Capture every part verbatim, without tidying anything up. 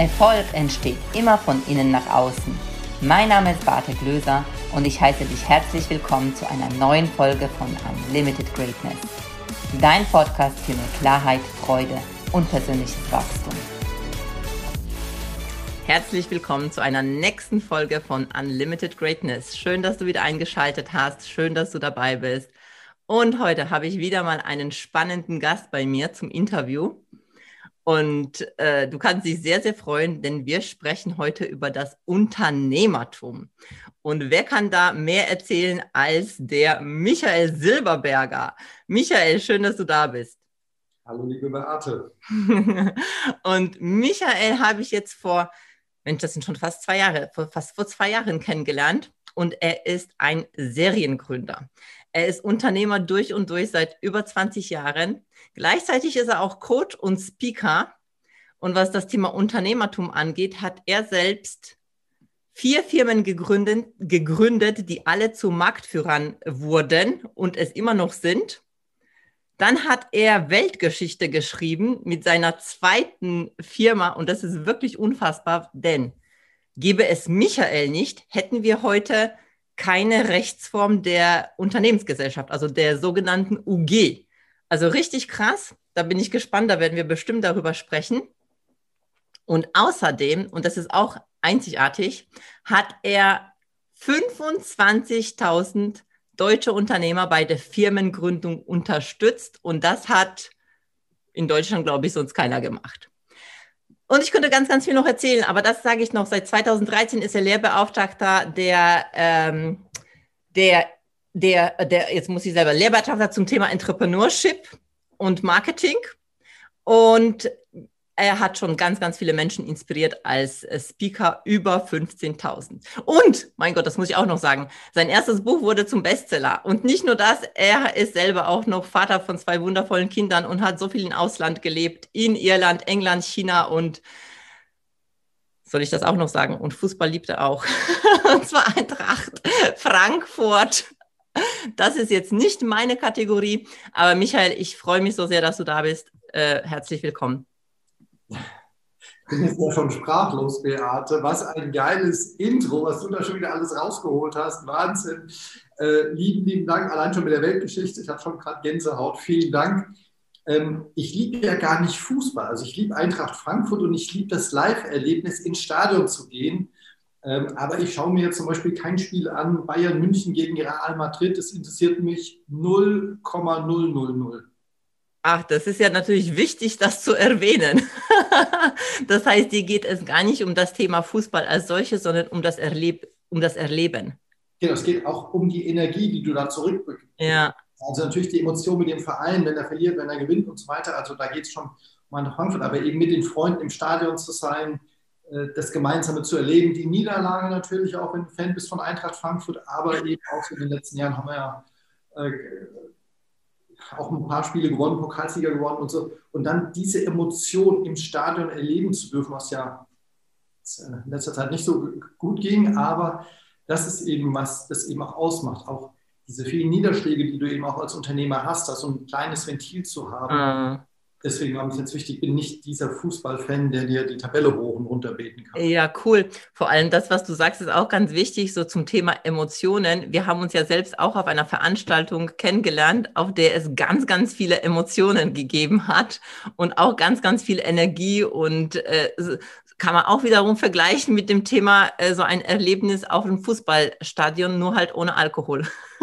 Erfolg entsteht immer von innen nach außen. Mein Name ist Barte Glöser und ich heiße dich herzlich willkommen zu einer neuen Folge von Unlimited Greatness. Dein Podcast für mehr Klarheit, Freude und persönliches Wachstum. Herzlich willkommen zu einer nächsten Folge von Unlimited Greatness. Schön, dass du wieder eingeschaltet hast. Schön, dass du dabei bist. Und heute habe ich wieder mal einen spannenden Gast bei mir zum Interview. Und äh, du kannst dich sehr, sehr freuen, denn wir sprechen heute über das Unternehmertum. Und wer kann da mehr erzählen als der Michael Silberberger? Michael, schön, dass du da bist. Hallo, liebe Beate. Und Michael habe ich jetzt vor, Mensch, das sind schon fast zwei Jahre, vor, fast vor zwei Jahren kennengelernt. Und er ist ein Seriengründer. Er ist Unternehmer durch und durch seit über zwanzig Jahren. Gleichzeitig ist er auch Coach und Speaker. Und was das Thema Unternehmertum angeht, hat er selbst vier Firmen gegründet, gegründet, die alle zu Marktführern wurden und es immer noch sind. Dann hat er Weltgeschichte geschrieben mit seiner zweiten Firma. Und das ist wirklich unfassbar, denn gäbe es Michael nicht, hätten wir heute keine Rechtsform der Unternehmensgesellschaft, also der sogenannten U G. Also richtig krass, da bin ich gespannt, da werden wir bestimmt darüber sprechen. Und außerdem, und das ist auch einzigartig, hat er fünfundzwanzigtausend deutsche Unternehmer bei der Firmengründung unterstützt und das hat in Deutschland, glaube ich, sonst keiner gemacht. Und ich könnte ganz, ganz viel noch erzählen, aber das sage ich noch. Seit zweitausenddreizehn ist er Lehrbeauftragter der, ähm, der, der, der, jetzt muss ich selber, Lehrbeauftragter zum Thema Entrepreneurship und Marketing. Und er hat schon ganz, ganz viele Menschen inspiriert als Speaker, über fünfzehntausend. Und, mein Gott, das muss ich auch noch sagen, sein erstes Buch wurde zum Bestseller. Und nicht nur das, er ist selber auch noch Vater von zwei wundervollen Kindern und hat so viel im Ausland gelebt, in Irland, England, China und, soll ich das auch noch sagen? Und Fußball liebt er auch. Und zwar Eintracht Frankfurt. Das ist jetzt nicht meine Kategorie, aber Michael, ich freue mich so sehr, dass du da bist. Äh, herzlich willkommen. Ich bin jetzt ja schon sprachlos, Beate. Was ein geiles Intro, was du da schon wieder alles rausgeholt hast. Wahnsinn. Äh, lieben, lieben Dank. Allein schon mit der Weltgeschichte. Ich habe schon gerade Gänsehaut. Vielen Dank. Ähm, ich liebe ja gar nicht Fußball. Also ich liebe Eintracht Frankfurt und ich liebe das Live-Erlebnis, ins Stadion zu gehen. Ähm, aber ich schaue mir jetzt zum Beispiel kein Spiel an. Bayern München gegen Real Madrid. Das interessiert mich null Komma null null null. Ach, das ist ja natürlich wichtig, das zu erwähnen. Das heißt, dir geht es gar nicht um das Thema Fußball als solches, sondern um das, Erleb- um das Erleben. Genau, es geht auch um die Energie, die du da zurückbekommst. Ja. Also natürlich die Emotion mit dem Verein, wenn er verliert, wenn er gewinnt und so weiter. Also da geht es schon um eine Frankfurt, aber eben mit den Freunden im Stadion zu sein, das Gemeinsame zu erleben, die Niederlage natürlich auch, wenn du Fan bist von Eintracht Frankfurt, aber eben auch in den letzten Jahren haben wir ja äh, auch ein paar Spiele gewonnen, Pokalsieger gewonnen und so. Und dann diese Emotion im Stadion erleben zu dürfen, was ja in letzter Zeit nicht so gut ging, aber das ist eben, was das eben auch ausmacht. Auch diese vielen Niederschläge, die du eben auch als Unternehmer hast, da so ein kleines Ventil zu haben. Mhm. Deswegen war mir jetzt wichtig, ich bin nicht dieser Fußballfan, der dir die Tabelle hoch und runter beten kann. Ja, cool. Vor allem das, was du sagst, ist auch ganz wichtig, so zum Thema Emotionen. Wir haben uns ja selbst auch auf einer Veranstaltung kennengelernt, auf der es ganz, ganz viele Emotionen gegeben hat und auch ganz, ganz viel Energie und äh, kann man auch wiederum vergleichen mit dem Thema äh, so ein Erlebnis auf einem Fußballstadion, nur halt ohne Alkohol.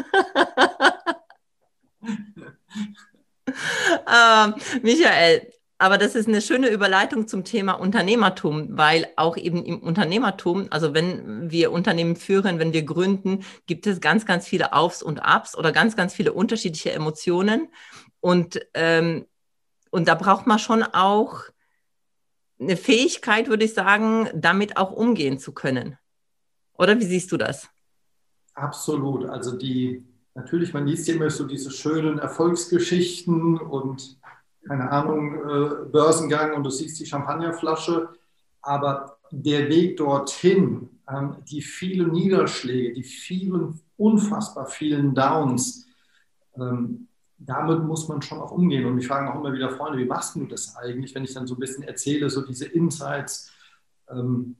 ähm, Michael, aber das ist eine schöne Überleitung zum Thema Unternehmertum, weil auch eben im Unternehmertum, also wenn wir Unternehmen führen, wenn wir gründen, gibt es ganz, ganz viele Aufs und Abs oder ganz, ganz viele unterschiedliche Emotionen. Und, ähm, und da braucht man schon auch eine Fähigkeit, würde ich sagen, damit auch umgehen zu können. Oder wie siehst du das? Absolut. Also die, natürlich, man liest ja immer so diese schönen Erfolgsgeschichten und keine Ahnung, äh, Börsengang und du siehst die Champagnerflasche, aber der Weg dorthin, ähm, die vielen Niederschläge, die vielen, unfassbar vielen Downs, ähm, damit muss man schon auch umgehen. Und mich fragen auch immer wieder Freunde, wie machst du das eigentlich, wenn ich dann so ein bisschen erzähle, so diese Insights, ähm,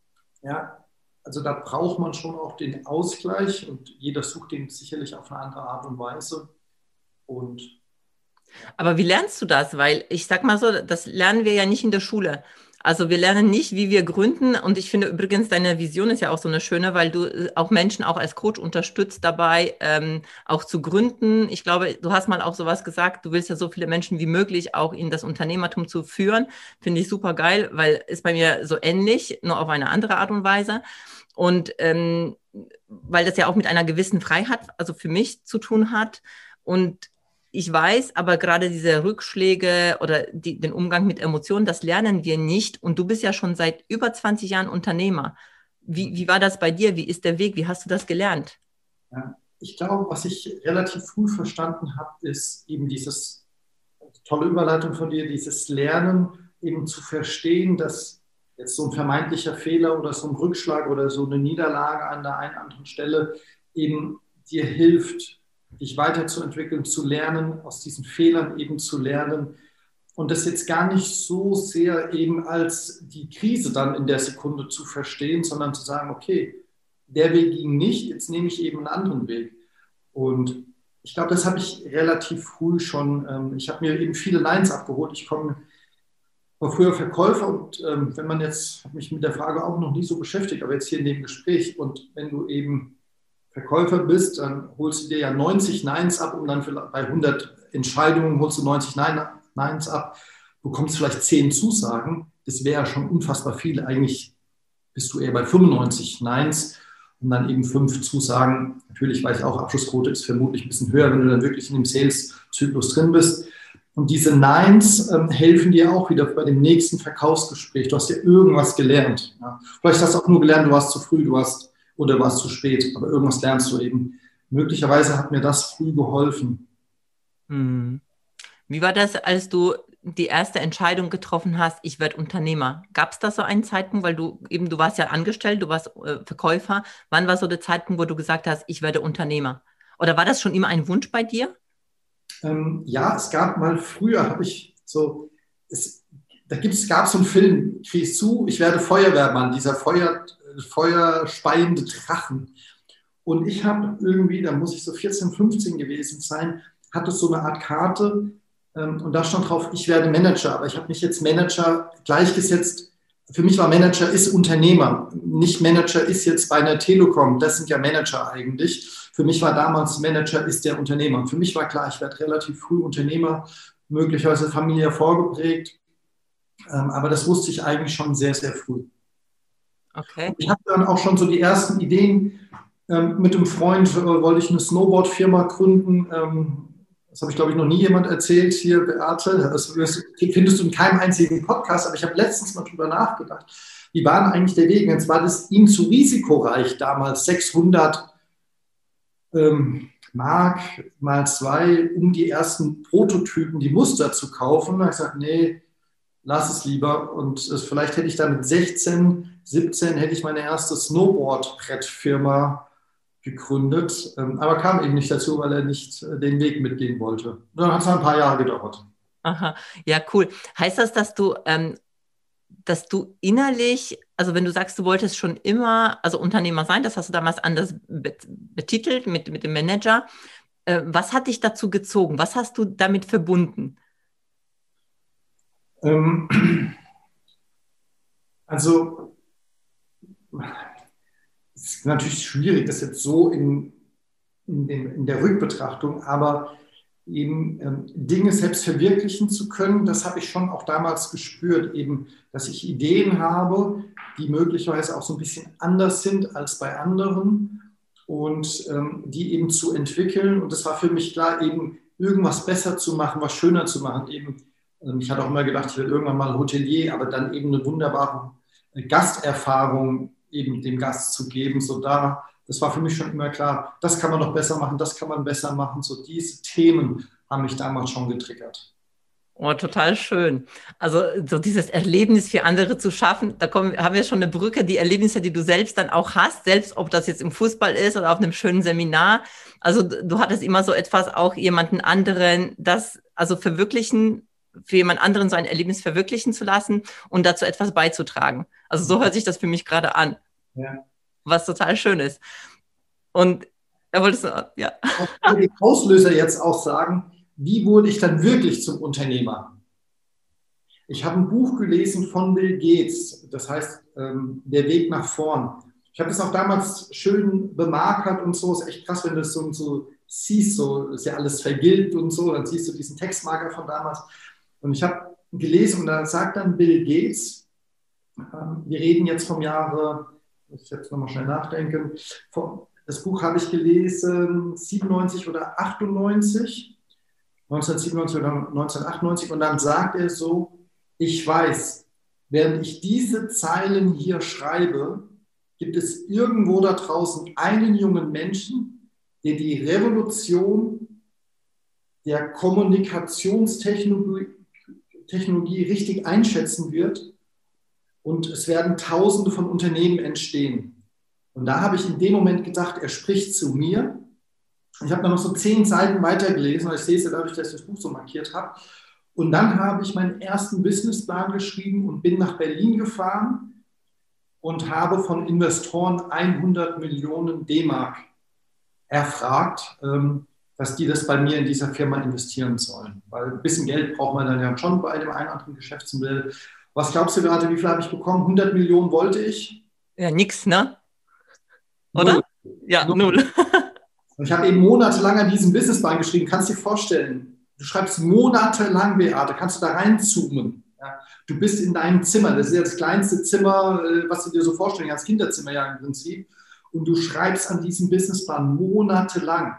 ja, also da braucht man schon auch den Ausgleich und jeder sucht den sicherlich auf eine andere Art und Weise. Und Aber wie lernst du das? Weil ich sag mal so, das lernen wir ja nicht in der Schule. Also wir lernen nicht, wie wir gründen. Und ich finde übrigens, deine Vision ist ja auch so eine schöne, weil du äh, auch Menschen auch als Coach unterstützt dabei, ähm, auch zu gründen. Ich glaube, du hast mal auch sowas gesagt, du willst ja so viele Menschen wie möglich auch in das Unternehmertum zu führen. Finde ich super geil, weil ist bei mir so ähnlich, nur auf eine andere Art und Weise. Und ähm, weil das ja auch mit einer gewissen Freiheit, also für mich zu tun hat. Und ich weiß, aber gerade diese Rückschläge oder die, den Umgang mit Emotionen, das lernen wir nicht. Und du bist ja schon seit über zwanzig Jahren Unternehmer. Wie, wie war das bei dir? Wie ist der Weg? Wie hast du das gelernt? ja, ich glaube, was ich relativ früh verstanden habe, ist eben dieses, tolle Überleitung von dir, dieses Lernen eben zu verstehen, dass jetzt so ein vermeintlicher Fehler oder so ein Rückschlag oder so eine Niederlage an der einen oder anderen Stelle eben dir hilft, dich weiterzuentwickeln, zu lernen, aus diesen Fehlern eben zu lernen und das jetzt gar nicht so sehr eben als die Krise dann in der Sekunde zu verstehen, sondern zu sagen, okay, der Weg ging nicht, jetzt nehme ich eben einen anderen Weg. Und ich glaube, das habe ich relativ früh schon, ähm, ich habe mir eben viele Neins abgeholt. Ich komme, war früher Verkäufer und ähm, wenn man jetzt, habe mich mit der Frage auch noch nie so beschäftigt, aber jetzt hier in dem Gespräch und wenn du eben Verkäufer bist, dann holst du dir ja neunzig Neins ab, um dann bei hundert Entscheidungen holst du neunzig Neins ab, bekommst vielleicht zehn Zusagen. Das wäre ja schon unfassbar viel. Eigentlich bist du eher bei fünfundneunzig Neins und dann eben fünf Zusagen. Natürlich weiß ich auch, Abschlussquote ist vermutlich ein bisschen höher, wenn du dann wirklich in dem Sales-Zyklus drin bist. Und diese Neins ähm, helfen dir auch wieder bei dem nächsten Verkaufsgespräch. Du hast ja irgendwas gelernt. Ja. Vielleicht hast du auch nur gelernt, du warst zu früh, du warst oder war es zu spät, aber irgendwas lernst du eben. Möglicherweise hat mir das früh geholfen. Hm. Wie war das, als du die erste Entscheidung getroffen hast, ich werde Unternehmer? Gab es da so einen Zeitpunkt, weil du eben, du warst ja angestellt, du warst äh, Verkäufer. Wann war so der Zeitpunkt, wo du gesagt hast, ich werde Unternehmer? Oder war das schon immer ein Wunsch bei dir? Ähm, ja, es gab mal früher, habe ich so, es, da gibt's, gab es so einen Film, krieg ich zu, ich werde Feuerwehrmann, dieser Feuer, feuerspeiende Drachen. Und ich habe irgendwie, da muss ich so vierzehn, fünfzehn gewesen sein, hatte so eine Art Karte ähm, und da stand drauf, ich werde Manager. Aber ich habe mich jetzt Manager gleichgesetzt. Für mich war Manager ist Unternehmer. Nicht Manager ist jetzt bei einer Telekom. Das sind ja Manager eigentlich. Für mich war damals Manager ist der Unternehmer. Und für mich war klar, ich werde relativ früh Unternehmer, möglicherweise Familie vorgeprägt. Ähm, aber das wusste ich eigentlich schon sehr, sehr früh. Okay. Ich habe dann auch schon so die ersten Ideen. Ähm, mit einem Freund äh, wollte ich eine Snowboard-Firma gründen. Ähm, das habe ich, glaube ich, noch nie jemand erzählt hier, Beate. Das findest du in keinem einzigen Podcast, aber ich habe letztens mal drüber nachgedacht. Wie war denn eigentlich der Weg? Jetzt war das ihm zu risikoreich damals, sechshundert ähm, Mark mal zwei, um die ersten Prototypen, die Muster zu kaufen. Da habe ich gesagt, nee, lass es lieber. Und äh, vielleicht hätte ich dann mit sechzehn, siebzehn hätte ich meine erste Snowboard-Brettfirma gegründet, ähm, aber kam eben nicht dazu, weil er nicht äh, den Weg mitgehen wollte. Dann hat es ein paar Jahre gedauert. Aha, ja, cool. Heißt das, dass du, ähm, dass du innerlich, also wenn du sagst, du wolltest schon immer, also Unternehmer sein, das hast du damals anders betitelt mit, mit dem Manager. Äh, was hat dich dazu gezogen? Was hast du damit verbunden? Ähm, also, es ist natürlich schwierig, das jetzt so in, in, dem, in der Rückbetrachtung, aber eben ähm, Dinge selbst verwirklichen zu können, das habe ich schon auch damals gespürt, eben, dass ich Ideen habe, die möglicherweise auch so ein bisschen anders sind als bei anderen und ähm, die eben zu entwickeln. Und das war für mich klar, eben irgendwas besser zu machen, was schöner zu machen. Eben, ähm, ich hatte auch immer gedacht, ich werde irgendwann mal Hotelier, aber dann eben eine wunderbare Gasterfahrung eben dem Gast zu geben, so da, das war für mich schon immer klar, das kann man noch besser machen, das kann man besser machen, so diese Themen haben mich damals schon getriggert. Oh, total schön. Also so dieses Erlebnis für andere zu schaffen, da kommen, haben wir schon eine Brücke, die Erlebnisse, die du selbst dann auch hast, selbst ob das jetzt im Fußball ist oder auf einem schönen Seminar. Also du hattest immer so etwas, auch jemanden anderen, das also verwirklichen für jemand anderen so ein Erlebnis verwirklichen zu lassen und dazu etwas beizutragen. Also so hört sich das für mich gerade an, Ja. was total schön ist. Und da wolltest du, ja. Ich würde den Auslöser jetzt auch sagen, wie wurde ich dann wirklich zum Unternehmer? Ich habe ein Buch gelesen von Bill Gates, das heißt ähm, Der Weg nach vorn. Ich habe das auch damals schön bemarkert und so. Ist echt krass, wenn du das so, so siehst, so ist ja alles vergilbt und so, dann siehst du diesen Textmarker von damals. Und ich habe gelesen und da sagt dann Bill Gates, äh, wir reden jetzt vom Jahre, muss ich jetzt nochmal schnell nachdenken, vom, das Buch habe ich gelesen, siebenundneunzig oder achtundneunzig, neunzehnhundertsiebenundneunzig oder neunzehnhundertachtundneunzig, und dann sagt er so, ich weiß, während ich diese Zeilen hier schreibe, gibt es irgendwo da draußen einen jungen Menschen, der die Revolution der Kommunikationstechnologie Technologie richtig einschätzen wird, und es werden Tausende von Unternehmen entstehen. Und da habe ich in dem Moment gedacht, er spricht zu mir. Ich habe dann noch so zehn Seiten weitergelesen, weil ich sehe es ja dadurch, dass ich das Buch so markiert habe. Und dann habe ich meinen ersten Businessplan geschrieben und bin nach Berlin gefahren und habe von Investoren hundert Millionen D-Mark erfragt, ähm, dass die das bei mir in dieser Firma investieren sollen. Weil ein bisschen Geld braucht man dann ja schon bei dem einen oder anderen Geschäftsmodell. Was glaubst du gerade, wie viel habe ich bekommen? hundert Millionen wollte ich? Ja, nix, ne? Oder? Null. Ja, Null. null. Und ich habe eben monatelang an diesem Businessplan geschrieben. Kannst du dir vorstellen, du schreibst monatelang, Beate, kannst du da reinzoomen. Ja? Du bist in deinem Zimmer, das ist ja das kleinste Zimmer, was du dir so vorstellen kannst, Kinderzimmer ja im Prinzip. Und du schreibst an diesem Businessplan monatelang.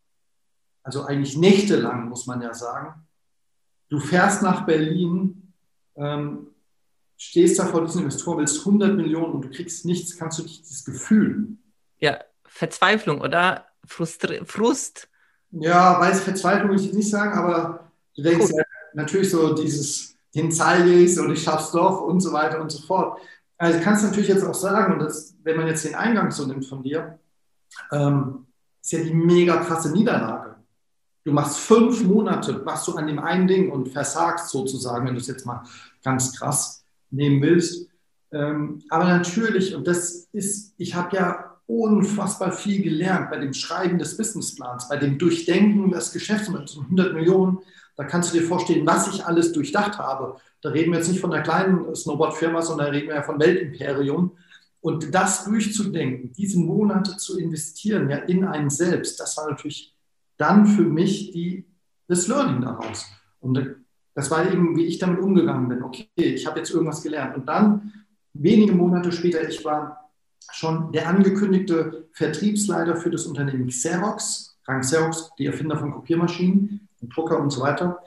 Also eigentlich nächtelang, muss man ja sagen. Du fährst nach Berlin, ähm, stehst da vor diesem Investor, willst hundert Millionen und du kriegst nichts, kannst du dich dieses Gefühl. Ja, Verzweiflung oder Frustri- Frust. Ja, weiß Verzweiflung will ich jetzt nicht sagen, aber du denkst ja, natürlich so dieses, den zeige ich und ich schaff's doch und so weiter und so fort. Also kannst du natürlich jetzt auch sagen, und das, wenn man jetzt den Eingang so nimmt von dir, ähm, ist ja die mega krasse Niederlage. Du machst fünf Monate, machst du an dem einen Ding und versagst sozusagen, wenn du es jetzt mal ganz krass nehmen willst. Ähm, aber natürlich, und das ist, ich habe ja unfassbar viel gelernt bei dem Schreiben des Businessplans, bei dem Durchdenken des Geschäftsmodells von hundert Millionen. Da kannst du dir vorstellen, was ich alles durchdacht habe. Da reden wir jetzt nicht von einer kleinen Snowboard-Firma, sondern da reden wir ja von Weltimperium. Und das durchzudenken, diese Monate zu investieren, ja, in einen selbst, das war natürlich dann für mich die, das Learning daraus. Und das war eben, wie ich damit umgegangen bin. Okay, ich habe jetzt irgendwas gelernt. Und dann, wenige Monate später, ich war schon der angekündigte Vertriebsleiter für das Unternehmen Xerox, Frank Xerox, die Erfinder von Kopiermaschinen, Drucker und so weiter.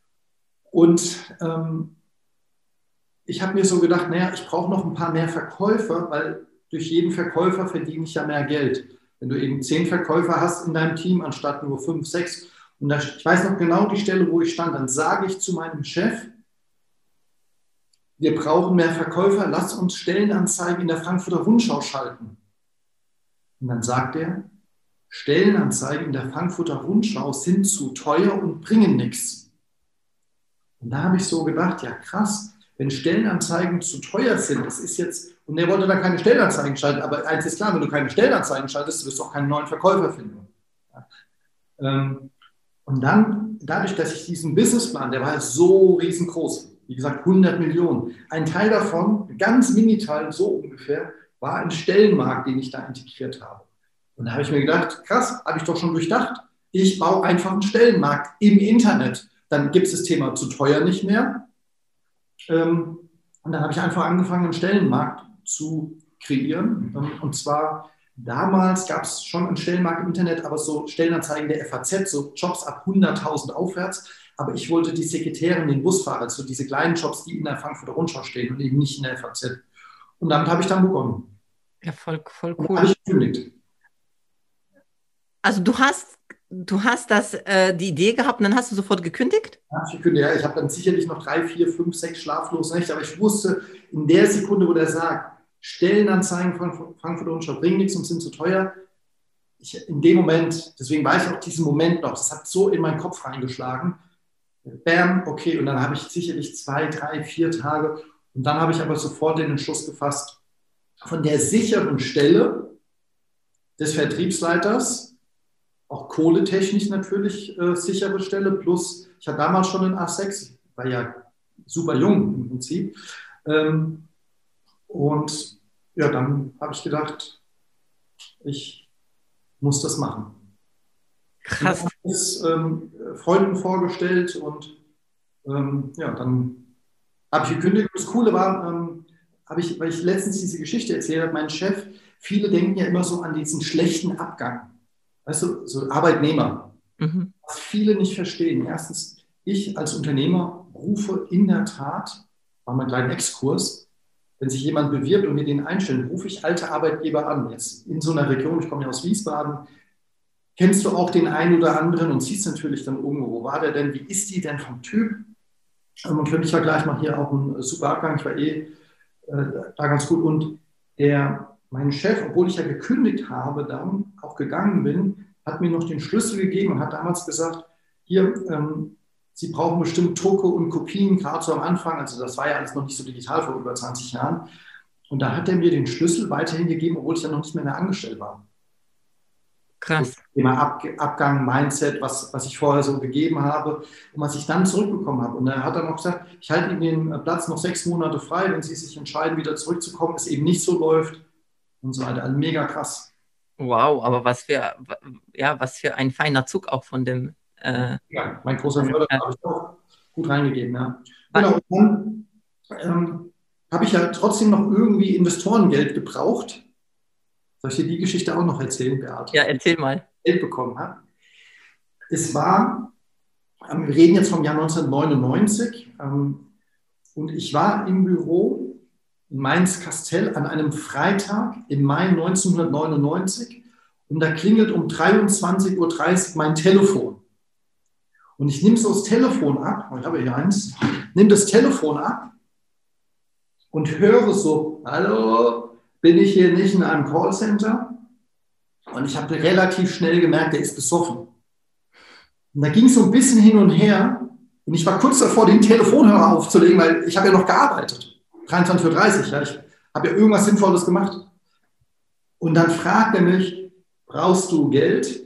Und ähm, ich habe mir so gedacht, naja, ich brauche noch ein paar mehr Verkäufer, weil durch jeden Verkäufer verdiene ich ja mehr Geld. Wenn du eben zehn Verkäufer hast in deinem Team, anstatt nur fünf, sechs. Und da, ich weiß noch genau die Stelle, wo ich stand, dann sage ich zu meinem Chef, wir brauchen mehr Verkäufer, lass uns Stellenanzeigen in der Frankfurter Rundschau schalten. Und dann sagt er, Stellenanzeigen in der Frankfurter Rundschau sind zu teuer und bringen nichts. Und da habe ich so gedacht, ja krass, wenn Stellenanzeigen zu teuer sind, das ist jetzt, und er wollte da keine Stellenanzeigen schalten, aber eins ist klar, wenn du keine Stellenanzeigen schaltest, wirst du auch keinen neuen Verkäufer finden. Ja. Ähm, und dann, dadurch, dass ich diesen Businessplan, der war so riesengroß, wie gesagt hundert Millionen, ein Teil davon, ein ganz Mini-Teil, so ungefähr, war ein Stellenmarkt, den ich da integriert habe. Und da habe ich mir gedacht, krass, habe ich doch schon durchdacht. Ich baue einfach einen Stellenmarkt im Internet. Dann gibt es das Thema zu teuer nicht mehr. Und dann habe ich einfach angefangen, einen Stellenmarkt zu kreieren. Und zwar, damals gab es schon einen Stellenmarkt im Internet, aber so Stellenanzeigen der F A Z, so Jobs ab hunderttausend aufwärts. Aber ich wollte die Sekretärin, den Busfahrer, also diese kleinen Jobs, die in der Frankfurter Rundschau stehen und eben nicht in der F A Z. Und damit habe ich dann begonnen. Ja, voll, voll Und cool. habe ich gekündigt. Also du hast, du hast das, äh, die Idee gehabt und dann hast du sofort gekündigt? Ja, ich gekündigt. Ja, ich habe dann sicherlich noch drei, vier, fünf, sechs schlaflose Nächte, aber ich wusste in der Sekunde, wo der sagt, Stellenanzeigen von Frankfurter Rundschau bringen nichts und sind zu teuer. Ich, in dem Moment, deswegen weiß ich auch diesen Moment noch, das hat so in meinen Kopf reingeschlagen, bam, okay. Und dann habe ich sicherlich zwei, drei, vier Tage. Und dann habe ich aber sofort den Entschluss gefasst, von der sicheren Stelle des Vertriebsleiters, auch kohletechnisch natürlich äh, sichere Stelle, plus ich hatte damals schon einen A sechs, war ja super jung im Prinzip. Ähm, und ja, dann habe ich gedacht, ich muss das machen. Krass. Und habe es ähm, Freunden vorgestellt und ähm, ja, dann habe ich gekündigt. Das Coole war, ähm, habe ich, weil ich letztens diese Geschichte erzählt habe, mein Chef, viele denken ja immer so an diesen schlechten Abgang. Weißt du, so Arbeitnehmer. Mhm. Was viele nicht verstehen. Erstens, ich als Unternehmer rufe in der Tat, machen wir einen kleinen Exkurs, wenn sich jemand bewirbt und wir den einstellen, rufe ich alte Arbeitgeber an. Jetzt in so einer Region, ich komme ja aus Wiesbaden, kennst du auch den einen oder anderen und siehst natürlich dann irgendwo, wo war der denn, wie ist die denn vom Typ? Und für mich war gleich mal hier auch ein super Abgang, ich war eh äh, da ganz gut. Und der, mein Chef, obwohl ich ja gekündigt habe, dann auch gegangen bin, hat mir noch den Schlüssel gegeben und hat damals gesagt, hier, ähm, Sie brauchen bestimmt Drucke und Kopien, gerade so am Anfang, also das war ja alles noch nicht so digital vor über zwanzig Jahren. Und da hat er mir den Schlüssel weiterhin gegeben, obwohl ich ja noch nicht mehr, mehr angestellt war. Krass. So, Thema Ab Abgang, Mindset, was, was ich vorher so gegeben habe und was ich dann zurückbekommen habe. Und er hat dann noch gesagt, ich halte Ihnen den Platz noch sechs Monate frei, wenn Sie sich entscheiden, wieder zurückzukommen, es eben nicht so läuft und so weiter. Also mega krass. Wow, aber was für, ja, was für ein feiner Zug auch von dem. Äh, Ja, mein großer Förderer äh, habe ich auch gut reingegeben. Ja. Genau, und dann ähm, habe ich ja trotzdem noch irgendwie Investorengeld gebraucht. Soll ich dir die Geschichte auch noch erzählen, Beate? ja, erzähl mal. Geld bekommen habe. Es war, wir reden jetzt vom Jahr neunzehnhundertneunundneunzig, ähm, und ich war im Büro in Mainz-Kastel an einem Freitag im Mai neunzehnhundertneunundneunzig und da klingelt um dreiundzwanzig Uhr dreißig mein Telefon. Und ich nehme so das Telefon ab, ich habe hier eins, nehme das Telefon ab und höre so, hallo, bin ich hier nicht in einem Callcenter? Und ich habe relativ schnell gemerkt, der ist besoffen. Und da ging es so ein bisschen hin und her und ich war kurz davor, den Telefonhörer aufzulegen, weil ich habe ja noch gearbeitet. dreiundzwanzig Uhr dreißig, ja, ich habe ja irgendwas Sinnvolles gemacht. Und dann fragt er mich, brauchst du Geld?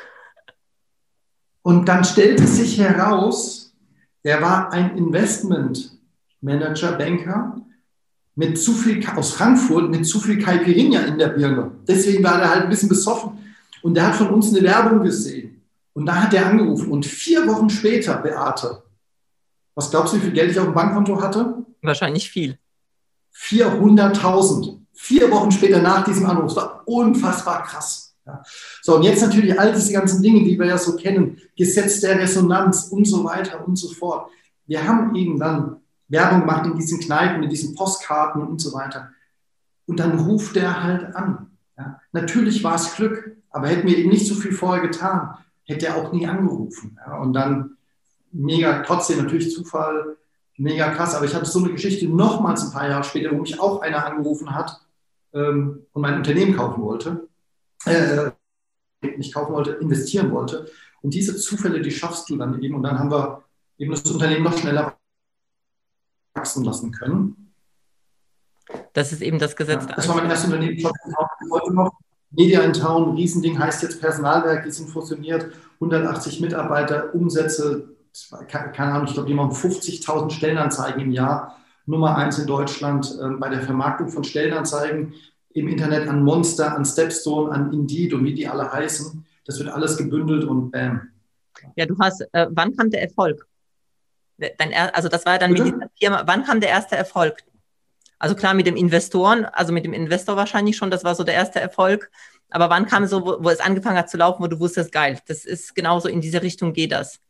Und dann stellte sich heraus, er war ein Investmentmanager, Banker, mit zu viel, aus Frankfurt, mit zu viel Caipirinha in der Birne. Deswegen war er halt ein bisschen besoffen. Und der hat von uns eine Werbung gesehen. Und da hat er angerufen. Und vier Wochen später, Beate, was glaubst du, wie viel Geld ich auf dem Bankkonto hatte? Wahrscheinlich viel. vierhunderttausend. Vier Wochen später nach diesem Anruf. Das war unfassbar krass. Ja. So, und jetzt natürlich all diese ganzen Dinge, die wir ja so kennen, Gesetz der Resonanz und so weiter und so fort. Wir haben eben dann Werbung gemacht in diesen Kneipen, in diesen Postkarten und so weiter. Und dann ruft der halt an. Ja. Natürlich war es Glück, aber hätten wir eben nicht so viel vorher getan, hätte er auch nie angerufen. Ja. Und dann mega, trotzdem natürlich Zufall, mega krass. Aber ich hatte so eine Geschichte nochmals ein paar Jahre später, wo mich auch einer angerufen hat ähm, und mein Unternehmen kaufen wollte. Äh, nicht kaufen wollte, investieren wollte. Und diese Zufälle, die schaffst du dann eben. Und dann haben wir eben das Unternehmen noch schneller wachsen lassen können. Das ist eben das Gesetz. Ja, das war mein erstes Unternehmen. Ich heute noch. Media in Town, Riesending, heißt jetzt Personalwerk, die sind fusioniert, hundertachtzig Mitarbeiter, Umsätze, keine Ahnung, ich glaube, die machen fünfzigtausend Stellenanzeigen im Jahr, Nummer eins in Deutschland äh, bei der Vermarktung von Stellenanzeigen im Internet an Monster, an Stepstone, an Indeed und wie die alle heißen. Das wird alles gebündelt und bam. Ja, du hast, äh, wann kam der Erfolg? Dein, also das war ja dann Bitte? mit dieser Firma, wann kam der erste Erfolg? Also klar, mit dem Investoren, also mit dem Investor wahrscheinlich schon, das war so der erste Erfolg. Aber wann kam so, wo, wo es angefangen hat zu laufen, wo du wusstest, geil, das ist genauso in diese Richtung geht das?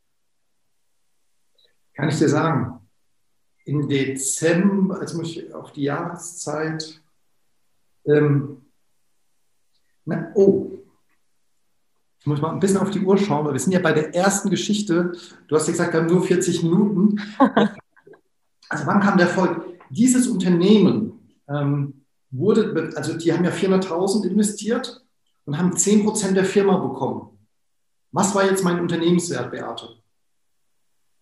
Kann ich dir sagen. Im Dezember, jetzt muss ich auf die Jahreszeit, ähm, na, oh, ich muss mal ein bisschen auf die Uhr schauen, weil wir sind ja bei der ersten Geschichte. Du hast ja gesagt, wir haben nur vierzig Minuten. Also wann kam der Erfolg? Dieses Unternehmen ähm, wurde, also die haben ja vierhunderttausend investiert und haben zehn Prozent der Firma bekommen. Was war jetzt mein Unternehmenswert, Beate?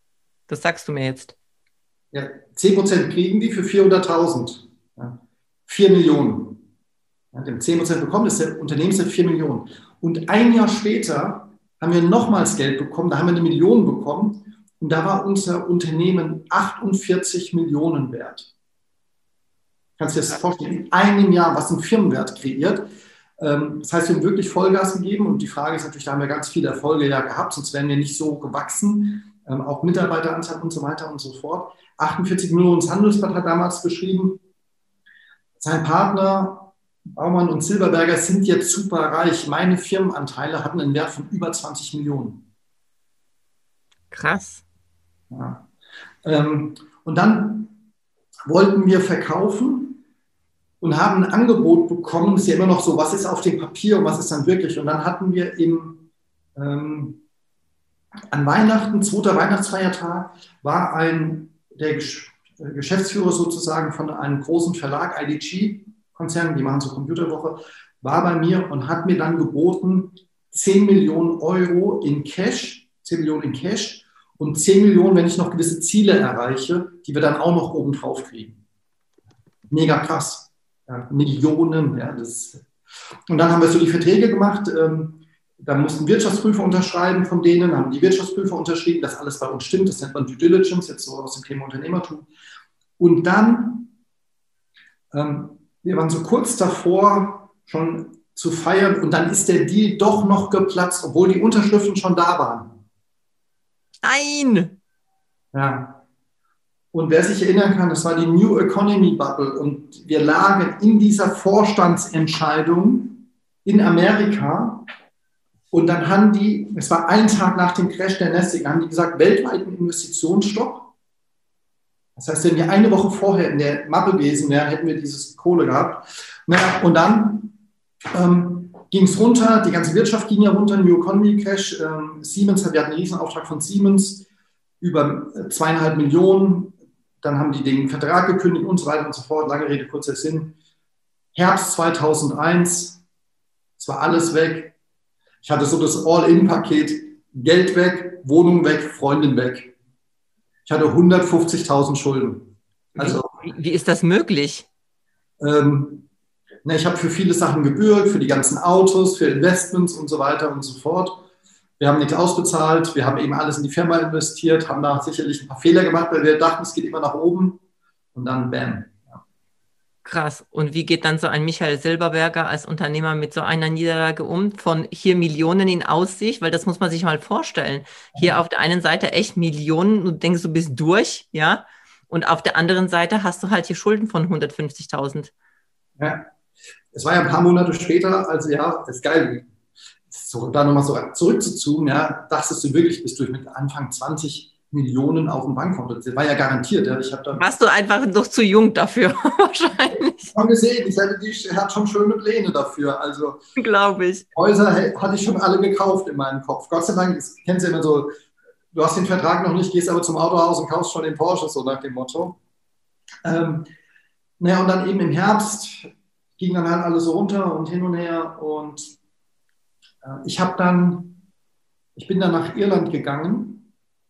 Das sagst du mir jetzt. Ja, zehn Prozent kriegen die für vierhunderttausend. Ja, vier Millionen. Ja, die haben zehn Prozent bekommen, das ist der Unternehmenswert vier Millionen. Und ein Jahr später haben wir nochmals Geld bekommen, da haben wir eine Million bekommen und da war unser Unternehmen achtundvierzig Millionen wert. Kannst du dir das vorstellen? In einem Jahr, was einen Firmenwert kreiert. Das heißt, wir haben wirklich Vollgas gegeben und die Frage ist natürlich, da haben wir ganz viele Erfolge ja gehabt, sonst wären wir nicht so gewachsen, auch Mitarbeiteranzahl und so weiter und so fort. achtundvierzig Millionen, das Handelsblatt hat damals beschrieben, sein Partner Baumann und Silberberger sind jetzt super reich. Meine Firmenanteile hatten einen Wert von über zwanzig Millionen. Krass. Ja. Ähm, und dann wollten wir verkaufen und haben ein Angebot bekommen. Das ist ja immer noch so, was ist auf dem Papier und was ist dann wirklich. Und dann hatten wir im, ähm, an Weihnachten, zweiter Weihnachtsfeiertag, war ein, der Gesch Geschäftsführer sozusagen von einem großen Verlag, I D G-Konzern, die machen so Computerwoche, war bei mir und hat mir dann geboten, zehn Millionen Euro in Cash, zehn Millionen in Cash und zehn Millionen, wenn ich noch gewisse Ziele erreiche, die wir dann auch noch oben drauf kriegen. Mega krass. Ja, Millionen. Ja, das. Und dann haben wir so die Verträge gemacht. Ähm, da mussten Wirtschaftsprüfer unterschreiben von denen, haben die Wirtschaftsprüfer unterschrieben, dass alles bei uns stimmt. Das nennt man Due Diligence, jetzt so aus dem Thema Unternehmertum. Und dann, ähm, wir waren so kurz davor, schon zu feiern und dann ist der Deal doch noch geplatzt, obwohl die Unterschriften schon da waren. Nein! Ja. Und wer sich erinnern kann, das war die New Economy Bubble und wir lagen in dieser Vorstandsentscheidung in Amerika und dann haben die, es war ein Tag nach dem Crash der Nasdaq, haben die gesagt, weltweiten Investitionsstopp. Das heißt, wenn wir eine Woche vorher in der Mappe gewesen wären, hätten wir dieses Kohle gehabt. Naja, und dann ähm, ging es runter, die ganze Wirtschaft ging ja runter, New Economy Crash. Ähm, Siemens, wir hatten einen Riesenauftrag von Siemens, über zweieinhalb Millionen. Dann haben die den Vertrag gekündigt und so weiter und so fort. Lange Rede, kurzer Sinn. Herbst zweitausendeins, es war alles weg. Ich hatte so das All-In-Paket, Geld weg, Wohnung weg, Freundin weg. Ich hatte hundertfünfzigtausend Schulden. Also, wie, wie ist das möglich? Ähm, ne, ich habe für viele Sachen gebürgt, für die ganzen Autos, für Investments und so weiter und so fort. Wir haben nichts ausbezahlt, wir haben eben alles in die Firma investiert, haben da sicherlich ein paar Fehler gemacht, weil wir dachten, es geht immer nach oben und dann bam. Ja. Krass. Und wie geht dann so ein Michael Silberberger als Unternehmer mit so einer Niederlage um? Von hier Millionen in Aussicht, weil das muss man sich mal vorstellen. Hier auf der einen Seite echt Millionen, du denkst, du bist durch, ja, und auf der anderen Seite hast du halt hier Schulden von hundertfünfzigtausend. Ja, es war ja ein paar Monate später, also ja, das ist geil. So, da nochmal so zurückzuzoomen, ja, dachtest du wirklich, bist du mit Anfang zwanzig Millionen auf dem Bankkonto. Das war ja garantiert. Ja. Ich da Warst du einfach noch zu jung dafür, wahrscheinlich. Ich habe gesehen, ich hatte, die hat schon schöne Pläne dafür. Also, glaube ich. Häuser hatte ich schon alle gekauft in meinem Kopf. Gott sei Dank, das kennst du immer so, du hast den Vertrag noch nicht, gehst aber zum Autohaus und kaufst schon den Porsche, so nach dem Motto. Ähm, naja, und dann eben im Herbst ging dann halt alles so runter und hin und her und Ich habe dann, ich bin dann nach Irland gegangen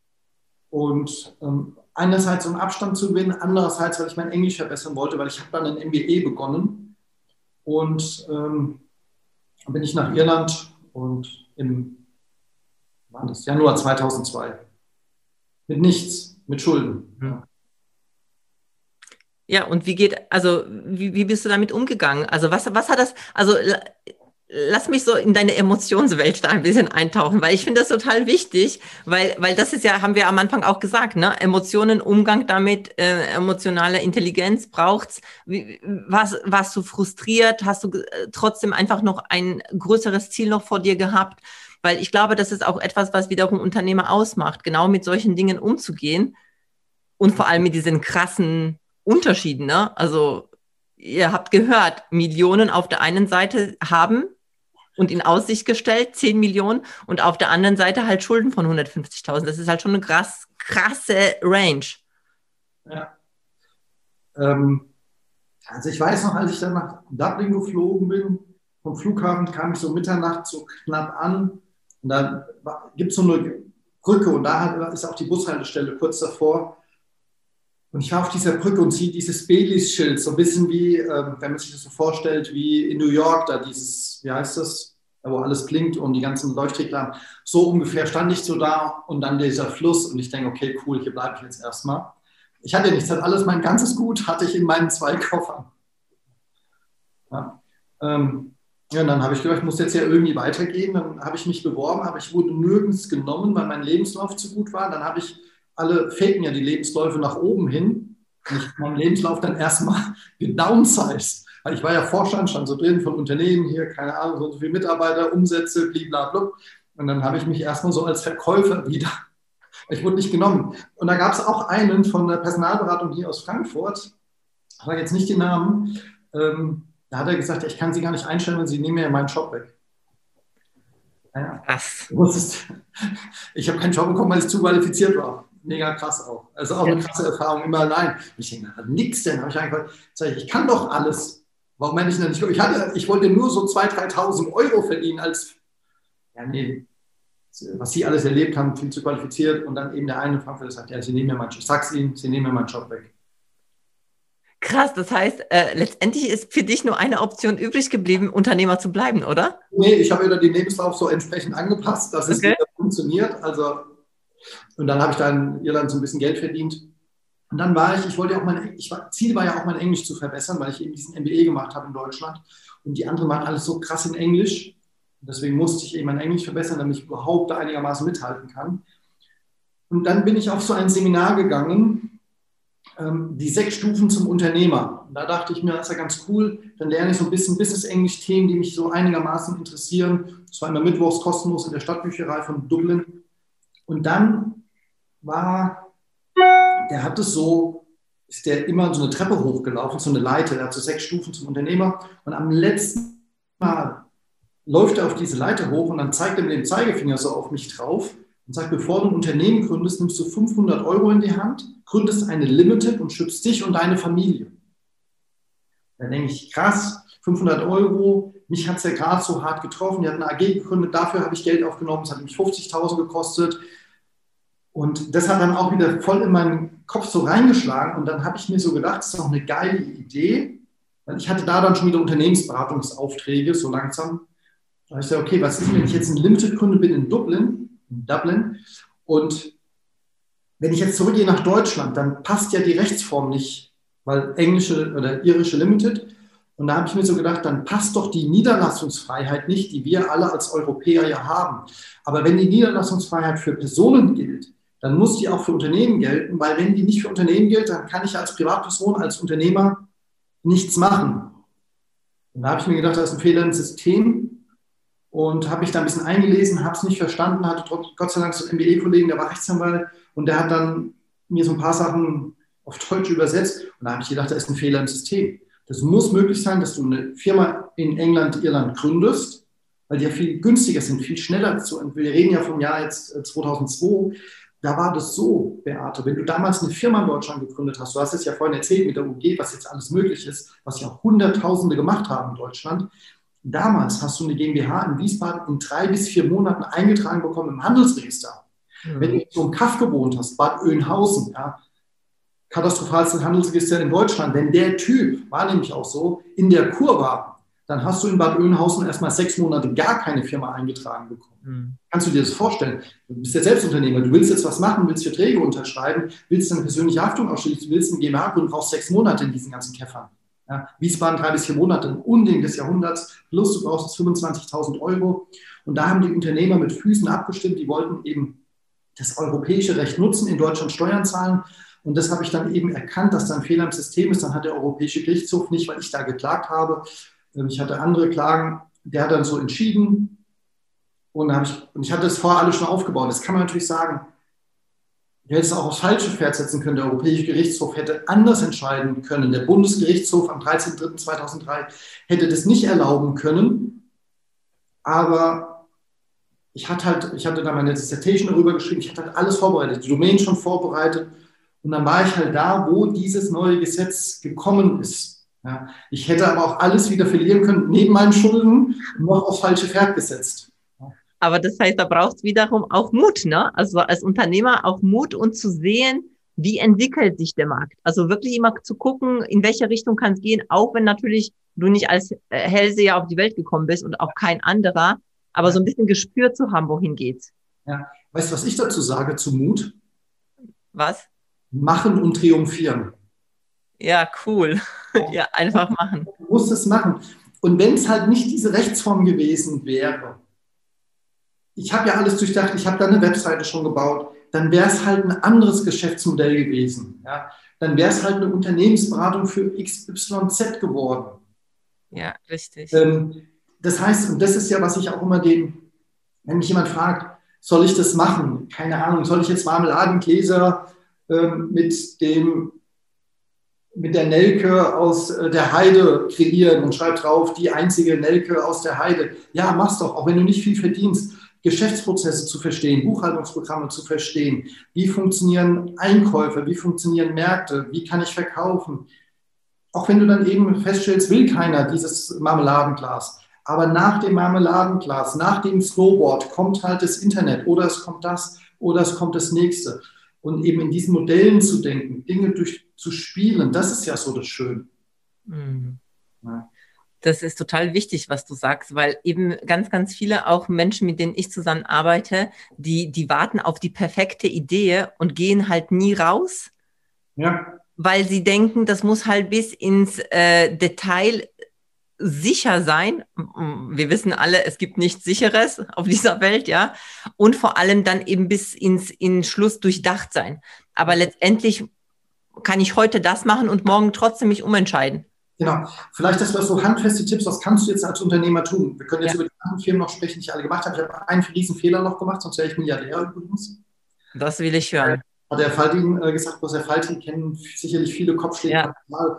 und ähm, einerseits um Abstand zu gewinnen, andererseits, weil ich mein Englisch verbessern wollte, weil ich habe dann ein M B A begonnen und ähm, dann bin ich nach Irland und im war das, Januar zweitausendzwei mit nichts, mit Schulden. Ja. Ja, und wie geht, also wie, wie bist du damit umgegangen? Also was, was hat das, also lass mich so in deine Emotionswelt da ein bisschen eintauchen, weil ich finde das total wichtig, weil, weil das ist ja, haben wir am Anfang auch gesagt, ne? Emotionen, Umgang damit, äh, emotionale Intelligenz braucht's. Wie, was, warst du frustriert? Hast du äh, trotzdem einfach noch ein größeres Ziel noch vor dir gehabt? Weil ich glaube, das ist auch etwas, was wiederum Unternehmer ausmacht, genau mit solchen Dingen umzugehen und vor allem mit diesen krassen Unterschieden, ne? Also ihr habt gehört, Millionen auf der einen Seite haben und in Aussicht gestellt, zehn Millionen, und auf der anderen Seite halt Schulden von hundertfünfzigtausend. Das ist halt schon eine krass, krasse Range. Ja. Ähm, also ich weiß noch, als ich dann nach Dublin geflogen bin, vom Flughafen kam ich so Mitternacht so knapp an und da gibt es so eine Brücke und da ist auch die Bushaltestelle kurz davor. Und ich war auf dieser Brücke und sehe dieses Baileys-Schild, so ein bisschen wie, äh, wenn man sich das so vorstellt, wie in New York, da dieses, wie heißt das, da wo alles blinkt und die ganzen Leuchtreklamen. So ungefähr stand ich so da und dann dieser Fluss und ich denke, okay, cool, hier bleibe ich jetzt erstmal. Ich hatte ja nichts, hatte alles, mein ganzes Gut hatte ich in meinen zwei Koffern. Ja, ähm, ja, und dann habe ich gedacht, ich muss jetzt ja irgendwie weitergehen. Dann habe ich mich beworben, aber ich wurde nirgends genommen, weil mein Lebenslauf zu gut war. Dann habe ich alle faken ja die Lebensläufe nach oben hin. Und ich habe meinen Lebenslauf dann erstmal gedownsized. Weil ich war ja Vorstand, stand so drin von Unternehmen hier, keine Ahnung, so, so viele Mitarbeiter, Umsätze, blablabla. Und dann habe ich mich erstmal so als Verkäufer wieder, ich wurde nicht genommen. Und da gab es auch einen von der Personalberatung hier aus Frankfurt, ich sage jetzt nicht den Namen, ähm, da hat er gesagt, ich kann Sie gar nicht einstellen, weil Sie nehmen mir ja meinen Job weg. Ja, Krass. ich habe keinen Job bekommen, weil ich zu qualifiziert war. Mega krass auch. Also auch eine krasse Erfahrung, immer allein. Ich denke, nix denn. Habe ich einfach gesagt, ich kann doch alles. Warum meine ich denn nicht? Ich, hatte, ich wollte nur so zweitausend, dreitausend Euro verdienen als, ja nee, was Sie alles erlebt haben, viel zu qualifiziert. Und dann eben der eine Frankfurter sagt, ja, Sie nehmen mir meinen Job. Ich sag's Ihnen, Sie nehmen mir meinen Job weg. Krass, das heißt, äh, letztendlich ist für dich nur eine Option übrig geblieben, Unternehmer zu bleiben, oder? Nee, ich habe wieder den Lebenslauf so entsprechend angepasst, dass es okay. wieder funktioniert. Also, und dann habe ich da in Irland so ein bisschen Geld verdient. Und dann war ich, ich wollte ja auch mein, ich war, Ziel war ja auch mein Englisch zu verbessern, weil ich eben diesen M B A gemacht habe in Deutschland. Und die anderen waren alles so krass in Englisch. Und deswegen musste ich eben mein Englisch verbessern, damit ich überhaupt da einigermaßen mithalten kann. Und dann bin ich auf so ein Seminar gegangen, ähm, die sechs Stufen zum Unternehmer. Und da dachte ich mir, das ist ja ganz cool, dann lerne ich so ein bisschen Business-Englisch-Themen, die mich so einigermaßen interessieren. Das war immer mittwochs kostenlos in der Stadtbücherei von Dublin. Und dann war, der hat es so, ist der immer so eine Treppe hochgelaufen, so eine Leiter, der hat so sechs Stufen zum Unternehmer. Und am letzten Mal läuft er auf diese Leiter hoch und dann zeigt er mit dem Zeigefinger so auf mich drauf und sagt, bevor du ein Unternehmen gründest, nimmst du fünfhundert Euro in die Hand, gründest eine Limited und schützt dich und deine Familie. Da denke ich, krass, fünfhundert Euro, mich hat es ja gerade so hart getroffen, die hat eine A G gegründet, dafür habe ich Geld aufgenommen, es hat mich fünfzigtausend gekostet. Und das hat dann auch wieder voll in meinen Kopf so reingeschlagen. Und dann habe ich mir so gedacht, das ist doch eine geile Idee. Weil ich hatte da dann schon wieder Unternehmensberatungsaufträge, so langsam. Da habe ich gesagt, okay, was ist, wenn ich jetzt ein Limited-Kunde bin in Dublin, in Dublin, und wenn ich jetzt zurückgehe nach Deutschland, dann passt ja die Rechtsform nicht, weil englische oder irische Limited. Und da habe ich mir so gedacht, dann passt doch die Niederlassungsfreiheit nicht, die wir alle als Europäer ja haben. Aber wenn die Niederlassungsfreiheit für Personen gilt, dann muss die auch für Unternehmen gelten, weil wenn die nicht für Unternehmen gilt, dann kann ich als Privatperson, als Unternehmer nichts machen. Und da habe ich mir gedacht, das ist ein Fehler im System und habe mich da ein bisschen eingelesen, habe es nicht verstanden, hatte Gott sei Dank so einen M B A-Kollegen, der war Rechtsanwalt und der hat dann mir so ein paar Sachen auf Deutsch übersetzt und da habe ich gedacht, da ist ein Fehler im System. Das muss möglich sein, dass du eine Firma in England, Irland gründest, weil die ja viel günstiger sind, viel schneller. Wir reden ja vom Jahr jetzt zweitausendzwei. Da war das so, Beate, wenn du damals eine Firma in Deutschland gegründet hast, du hast es ja vorhin erzählt mit der U G, was jetzt alles möglich ist, was ja Hunderttausende gemacht haben in Deutschland. Damals hast du eine GmbH in Wiesbaden in drei bis vier Monaten eingetragen bekommen im Handelsregister. Mhm. Wenn du so im Kaff gewohnt hast, Bad Oeynhausen, ja, katastrophalste Handelsregister in Deutschland, wenn der Typ, war nämlich auch so, in der Kur war, dann hast du in Bad Oeynhausen erstmal sechs Monate gar keine Firma eingetragen bekommen. Mhm. Kannst du dir das vorstellen? Du bist ja Selbstunternehmer, du willst jetzt was machen, willst Verträge unterschreiben, willst eine persönliche Haftung ausschließen, willst eine GmbH gründen, brauchst sechs Monate in diesen ganzen Käffern. Ja, Wiesbaden drei bis vier Monate, ein Unding des Jahrhunderts, plus du brauchst fünfundzwanzigtausend Euro. Und da haben die Unternehmer mit Füßen abgestimmt, die wollten eben das europäische Recht nutzen, in Deutschland Steuern zahlen. Und das habe ich dann eben erkannt, dass da ein Fehler im System ist. Dann hat der Europäische Gerichtshof nicht, weil ich da geklagt habe, ich hatte andere Klagen, der hat dann so entschieden und, habe ich, und ich hatte das vorher alles schon aufgebaut. Das kann man natürlich sagen, ich hätte es auch aufs falsche Pferd setzen können. Der Europäische Gerichtshof hätte anders entscheiden können. Der Bundesgerichtshof am dreizehnten dritten zweitausenddrei hätte das nicht erlauben können. Aber ich hatte, halt, ich hatte da meine Dissertation darüber geschrieben, ich hatte halt alles vorbereitet, die Domain schon vorbereitet. Und dann war ich halt da, wo dieses neue Gesetz gekommen ist. Ja, ich hätte aber auch alles wieder verlieren können, neben meinen Schulden, noch aufs falsche Pferd gesetzt. Aber das heißt, da braucht es wiederum auch Mut, ne? Also als Unternehmer auch Mut und zu sehen, wie entwickelt sich der Markt. Also wirklich immer zu gucken, in welche Richtung kann es gehen, auch wenn natürlich du nicht als äh, Hellseher auf die Welt gekommen bist und auch kein anderer, aber Ja. so ein bisschen Gespür zu haben, wohin geht's. Ja. Weißt du, was ich dazu sage zu Mut? Was? Machen und triumphieren. Ja, cool. Ja, einfach machen. Du musst es machen. Und wenn es halt nicht diese Rechtsform gewesen wäre, ich habe ja alles durchdacht, ich habe da eine Webseite schon gebaut, dann wäre es halt ein anderes Geschäftsmodell gewesen. Ja? Dann wäre es halt eine Unternehmensberatung für X Y Z geworden. Ja, richtig. Ähm, das heißt, und das ist ja, was ich auch immer dem, wenn mich jemand fragt, soll ich das machen? Keine Ahnung, soll ich jetzt Marmeladengläser ähm, mit dem mit der Nelke aus der Heide kreieren und schreib drauf, die einzige Nelke aus der Heide. Ja, mach's doch, auch wenn du nicht viel verdienst. Geschäftsprozesse zu verstehen, Buchhaltungsprogramme zu verstehen, wie funktionieren Einkäufe, wie funktionieren Märkte, wie kann ich verkaufen. Auch wenn du dann eben feststellst, will keiner dieses Marmeladenglas. Aber nach dem Marmeladenglas, nach dem Snowboard kommt halt das Internet oder es kommt das oder es kommt das nächste. Und eben in diesen Modellen zu denken, Dinge durch, zu spielen, das ist ja so das Schöne. Mhm. Ja. Das ist total wichtig, was du sagst, weil eben ganz, ganz viele auch Menschen, mit denen ich zusammen arbeite, die, die warten auf die perfekte Idee und gehen halt nie raus, Ja. weil sie denken, das muss halt bis ins äh, Detail sicher sein. Wir wissen alle, es gibt nichts Sicheres auf dieser Welt, ja. Und vor allem dann eben bis ins in Schluss durchdacht sein. Aber letztendlich kann ich heute das machen und morgen trotzdem mich umentscheiden. Genau. Vielleicht das, was so handfeste Tipps, was kannst du jetzt als Unternehmer tun? Wir können jetzt Ja. über die anderen Firmen noch sprechen, die ich alle gemacht habe. Ich habe einen riesen Fehler noch gemacht, sonst wäre ich Milliardär übrigens. Das will ich hören. Hat der Faltin äh, gesagt, was Herr Faltin kennen sicherlich viele Kopfschläge, Ja.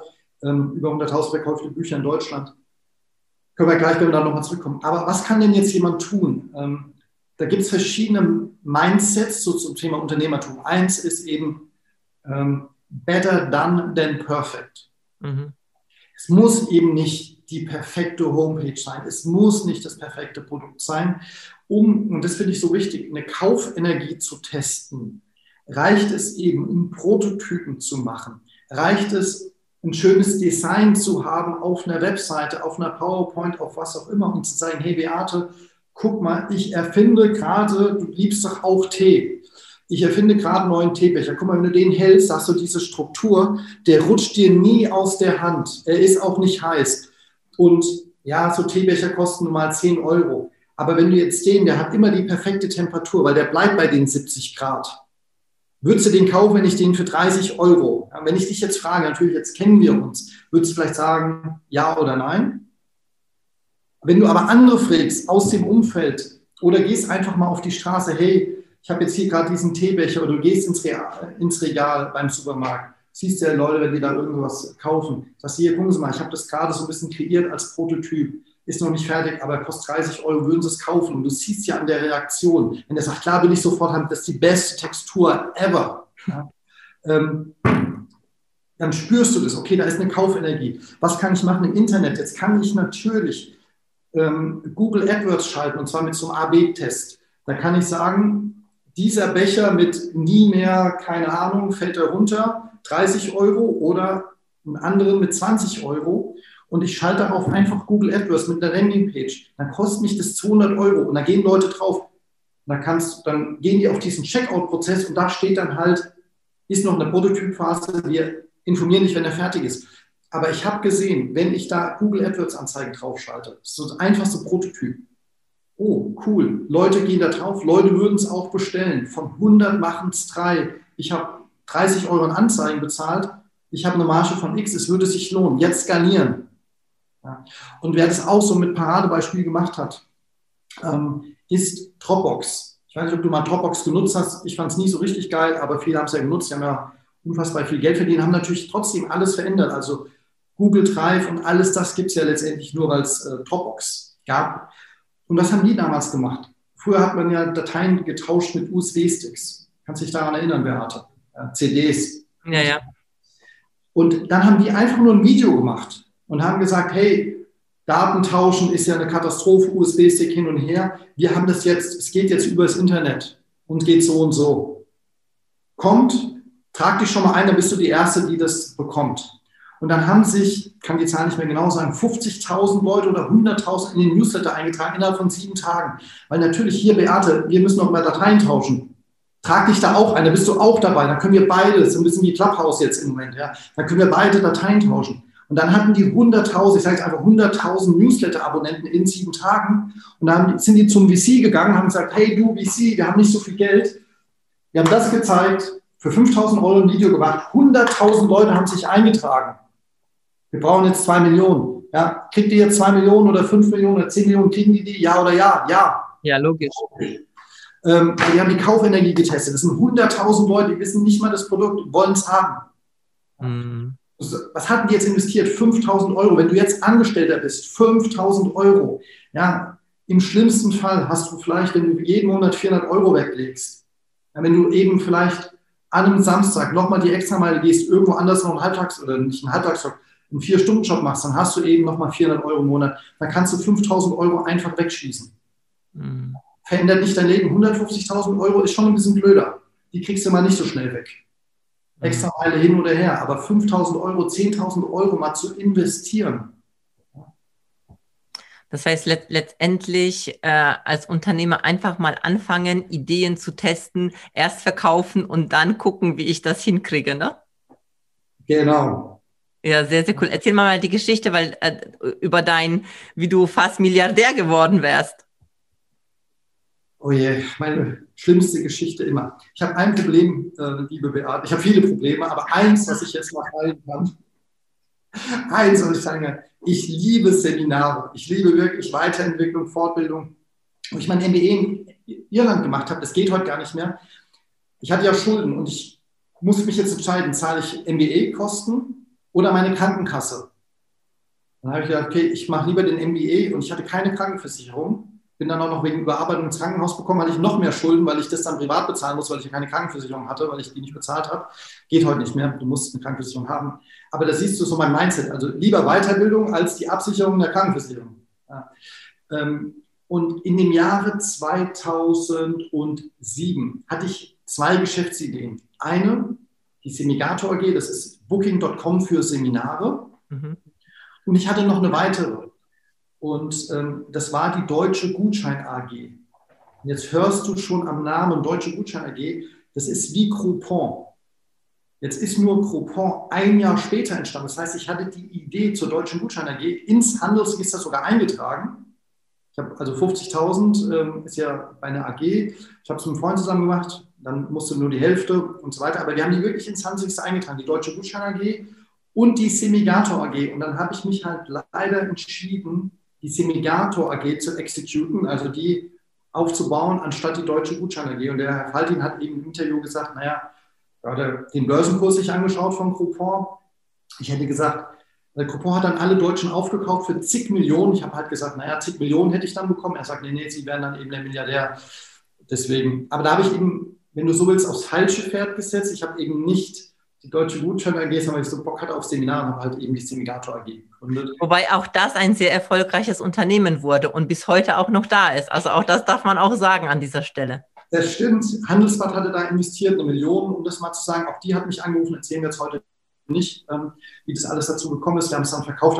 ähm, über hunderttausend verkaufte Bücher in Deutschland. Können wir gleich, wenn wir da nochmal zurückkommen. Aber was kann denn jetzt jemand tun? Ähm, da gibt es verschiedene Mindsets so zum Thema Unternehmertum. Eins ist eben ähm, better done than perfect. Mhm. Es muss eben nicht die perfekte Homepage sein. Es muss nicht das perfekte Produkt sein. Um, und das finde ich so wichtig, eine Kaufenergie zu testen, reicht es eben, um Prototypen zu machen. Reicht es, ein schönes Design zu haben auf einer Webseite, auf einer PowerPoint, auf was auch immer und zu sagen, hey Beate, guck mal, ich erfinde gerade, du liebst doch auch Tee. Ich erfinde gerade einen neuen Teebecher. Guck mal, wenn du den hältst, hast du diese Struktur, der rutscht dir nie aus der Hand. Er ist auch nicht heiß. Und ja, so Teebecher kosten nun mal zehn Euro. Aber wenn du jetzt den, der hat immer die perfekte Temperatur, weil der bleibt bei den siebzig Grad. Würdest du den kaufen, wenn ich den für dreißig Euro? Ja, wenn ich dich jetzt frage, natürlich, jetzt kennen wir uns, würdest du vielleicht sagen, ja oder nein? Wenn du aber andere fragst aus dem Umfeld oder gehst einfach mal auf die Straße, hey, ich habe jetzt hier gerade diesen Teebecher oder du gehst ins Regal, ins Regal beim Supermarkt, siehst ja Leute, wenn die da irgendwas kaufen, sagst du, hier, gucken Sie mal, ich habe das gerade so ein bisschen kreiert als Prototyp, ist noch nicht fertig, aber kostet dreißig Euro, würden Sie es kaufen? Und du siehst ja an der Reaktion, wenn er sagt, klar, will ich sofort haben, das ist die beste Textur ever. Ja, ähm, dann spürst du das, okay, da ist eine Kaufenergie. Was kann ich machen im Internet? Jetzt kann ich natürlich ähm, Google AdWords schalten, und zwar mit so einem A B Test. Da kann ich sagen, dieser Becher mit nie mehr, keine Ahnung, fällt er runter, dreißig Euro oder einen anderen mit zwanzig Euro. Und ich schalte darauf einfach Google AdWords mit einer Landingpage. Dann kostet mich das zweihundert Euro und da gehen Leute drauf. Und dann, kannst, dann gehen die auf diesen Checkout-Prozess und da steht dann halt, ist noch eine Prototypphase, wir informieren dich, wenn er fertig ist. Aber ich habe gesehen, wenn ich da Google AdWords-Anzeigen draufschalte, das ist so das einfachste Prototyp. Oh, cool. Leute gehen da drauf. Leute würden es auch bestellen. Von hundert machen es drei. Ich habe dreißig Euro in Anzeigen bezahlt. Ich habe eine Marge von X. Es würde sich lohnen. Jetzt skalieren. Ja. Und wer das auch so mit Paradebeispiel gemacht hat, ähm, ist Dropbox. Ich weiß nicht, ob du mal Dropbox genutzt hast. Ich fand es nie so richtig geil, aber viele haben es ja genutzt. Die haben ja unfassbar viel Geld verdient, haben natürlich trotzdem alles verändert. Also Google Drive und alles das gibt es ja letztendlich nur, weil es äh, Dropbox gab. Und was haben die damals gemacht? Früher hat man ja Dateien getauscht mit U S B-Sticks. Kannst du dich daran erinnern, Beate? Ja, C Ds. Ja, ja. Und dann haben die einfach nur ein Video gemacht und haben gesagt, hey, Daten tauschen ist ja eine Katastrophe, U S B-Stick hin und her. Wir haben das jetzt, es geht jetzt über das Internet und geht so und so. Kommt, trag dich schon mal ein, dann bist du die Erste, die das bekommt. Und dann haben sich, kann die Zahl nicht mehr genau sagen, fünfzigtausend Leute oder hunderttausend in den Newsletter eingetragen innerhalb von sieben Tagen. Weil natürlich hier, Beate, wir müssen noch mal Dateien tauschen. Trag dich da auch ein, da bist du auch dabei. Dann können wir beide, so ein bisschen wie Clubhouse jetzt im Moment, ja, dann können wir beide Dateien tauschen. Und dann hatten die hunderttausend, ich sage jetzt einfach hunderttausend Newsletter-Abonnenten in sieben Tagen. Und dann sind die zum V C gegangen, haben gesagt, hey du V C, wir haben nicht so viel Geld. Wir haben das gezeigt, für fünftausend Euro ein Video gemacht, hunderttausend Leute haben sich eingetragen. Wir brauchen jetzt zwei Millionen. Ja, kriegt ihr jetzt zwei Millionen oder fünf Millionen oder zehn Millionen, kriegen die die? Ja oder ja? Ja. Ja, logisch. Ähm, wir haben die Kaufenergie getestet. Das sind hunderttausend Leute, die wissen nicht mal das Produkt, wollen es haben. Mhm. Was hatten die jetzt investiert? fünftausend Euro. Wenn du jetzt Angestellter bist, fünftausend Euro. Ja, im schlimmsten Fall hast du vielleicht, wenn du jeden Monat vierhundert Euro weglegst, ja, wenn du eben vielleicht an einem Samstag nochmal die Extrameile gehst, irgendwo anders noch einen Halbtags- oder nicht einen Halbtagsjob, einen Vier-Stunden-Job machst, dann hast du eben nochmal vierhundert Euro im Monat. Dann kannst du fünftausend Euro einfach wegschießen. Mhm. Verändert nicht dein Leben. hundertfünfzigtausend Euro ist schon ein bisschen blöder. Die kriegst du mal nicht so schnell weg. Extra Meile hin oder her. Aber fünftausend Euro, zehntausend Euro mal zu investieren. Das heißt, let letztendlich äh, als Unternehmer einfach mal anfangen, Ideen zu testen, erst verkaufen und dann gucken, wie ich das hinkriege, ne? Genau. Ja, sehr, sehr cool. Erzähl mal die Geschichte, weil äh, über dein, wie du fast Milliardär geworden wärst. Oh je, meine schlimmste Geschichte immer. Ich habe ein Problem, äh, liebe Beate, ich habe viele Probleme, aber eins, was ich jetzt mal teilen kann, eins, was ich sagen kann, ich liebe Seminare, ich liebe wirklich Weiterentwicklung, Fortbildung. Wo ich mein M B A in Irland gemacht habe, das geht heute gar nicht mehr. Ich hatte ja Schulden und ich musste mich jetzt entscheiden, zahle ich M B A-Kosten oder meine Krankenkasse. Dann habe ich gedacht, okay, ich mache lieber den M B A und ich hatte keine Krankenversicherung. Bin dann auch noch wegen Überarbeitung ins Krankenhaus bekommen, hatte ich noch mehr Schulden, weil ich das dann privat bezahlen muss, weil ich ja keine Krankenversicherung hatte, weil ich die nicht bezahlt habe. Geht heute nicht mehr, du musst eine Krankenversicherung haben. Aber da siehst du so mein Mindset, also lieber Weiterbildung als die Absicherung der Krankenversicherung. Ja. Und in dem Jahre zweitausendsieben hatte ich zwei Geschäftsideen. Eine, die Semigator A G, das ist Booking Punkt com für Seminare. Mhm. Und ich hatte noch eine weitere. Und ähm, das war die Deutsche Gutschein A G. Und jetzt hörst du schon am Namen Deutsche Gutschein A G, das ist wie Groupon. Jetzt ist nur Groupon ein Jahr später entstanden. Das heißt, ich hatte die Idee zur Deutschen Gutschein A G ins Handelsregister sogar eingetragen. Ich habe also fünfzigtausend, ähm, ist ja bei einer A G. Ich habe es mit einem Freund zusammen gemacht, dann musste nur die Hälfte und so weiter. Aber wir haben die wirklich ins Handelsregister eingetragen, die Deutsche Gutschein A G und die Semigator A G. Und dann habe ich mich halt leider entschieden, die Semigator A G zu exekuten, also die aufzubauen, anstatt die Deutsche Gutschein A G. Und der Herr Faltin hat eben im Interview gesagt, naja, er hat den Börsenkurs sich angeschaut von Groupon. Ich hätte gesagt, Groupon hat dann alle Deutschen aufgekauft für zig Millionen. Ich habe halt gesagt, naja, zig Millionen hätte ich dann bekommen. Er sagt, nee, nee, sie werden dann eben der Milliardär. Deswegen, aber da habe ich eben, wenn du so willst, aufs falsche Pferd gesetzt. Ich habe eben nicht die Deutsche Gutschein A G, sondern ich so Bock hatte auf Seminare und habe halt eben die Semigator A G gegründet. Wobei auch das ein sehr erfolgreiches Unternehmen wurde und bis heute auch noch da ist. Also auch das darf man auch sagen an dieser Stelle. Das stimmt. Handelsblatt hatte da investiert, eine Million, um das mal zu sagen. Auch die hat mich angerufen, erzählen wir jetzt heute nicht, ähm, wie das alles dazu gekommen ist. Wir haben es dann verkauft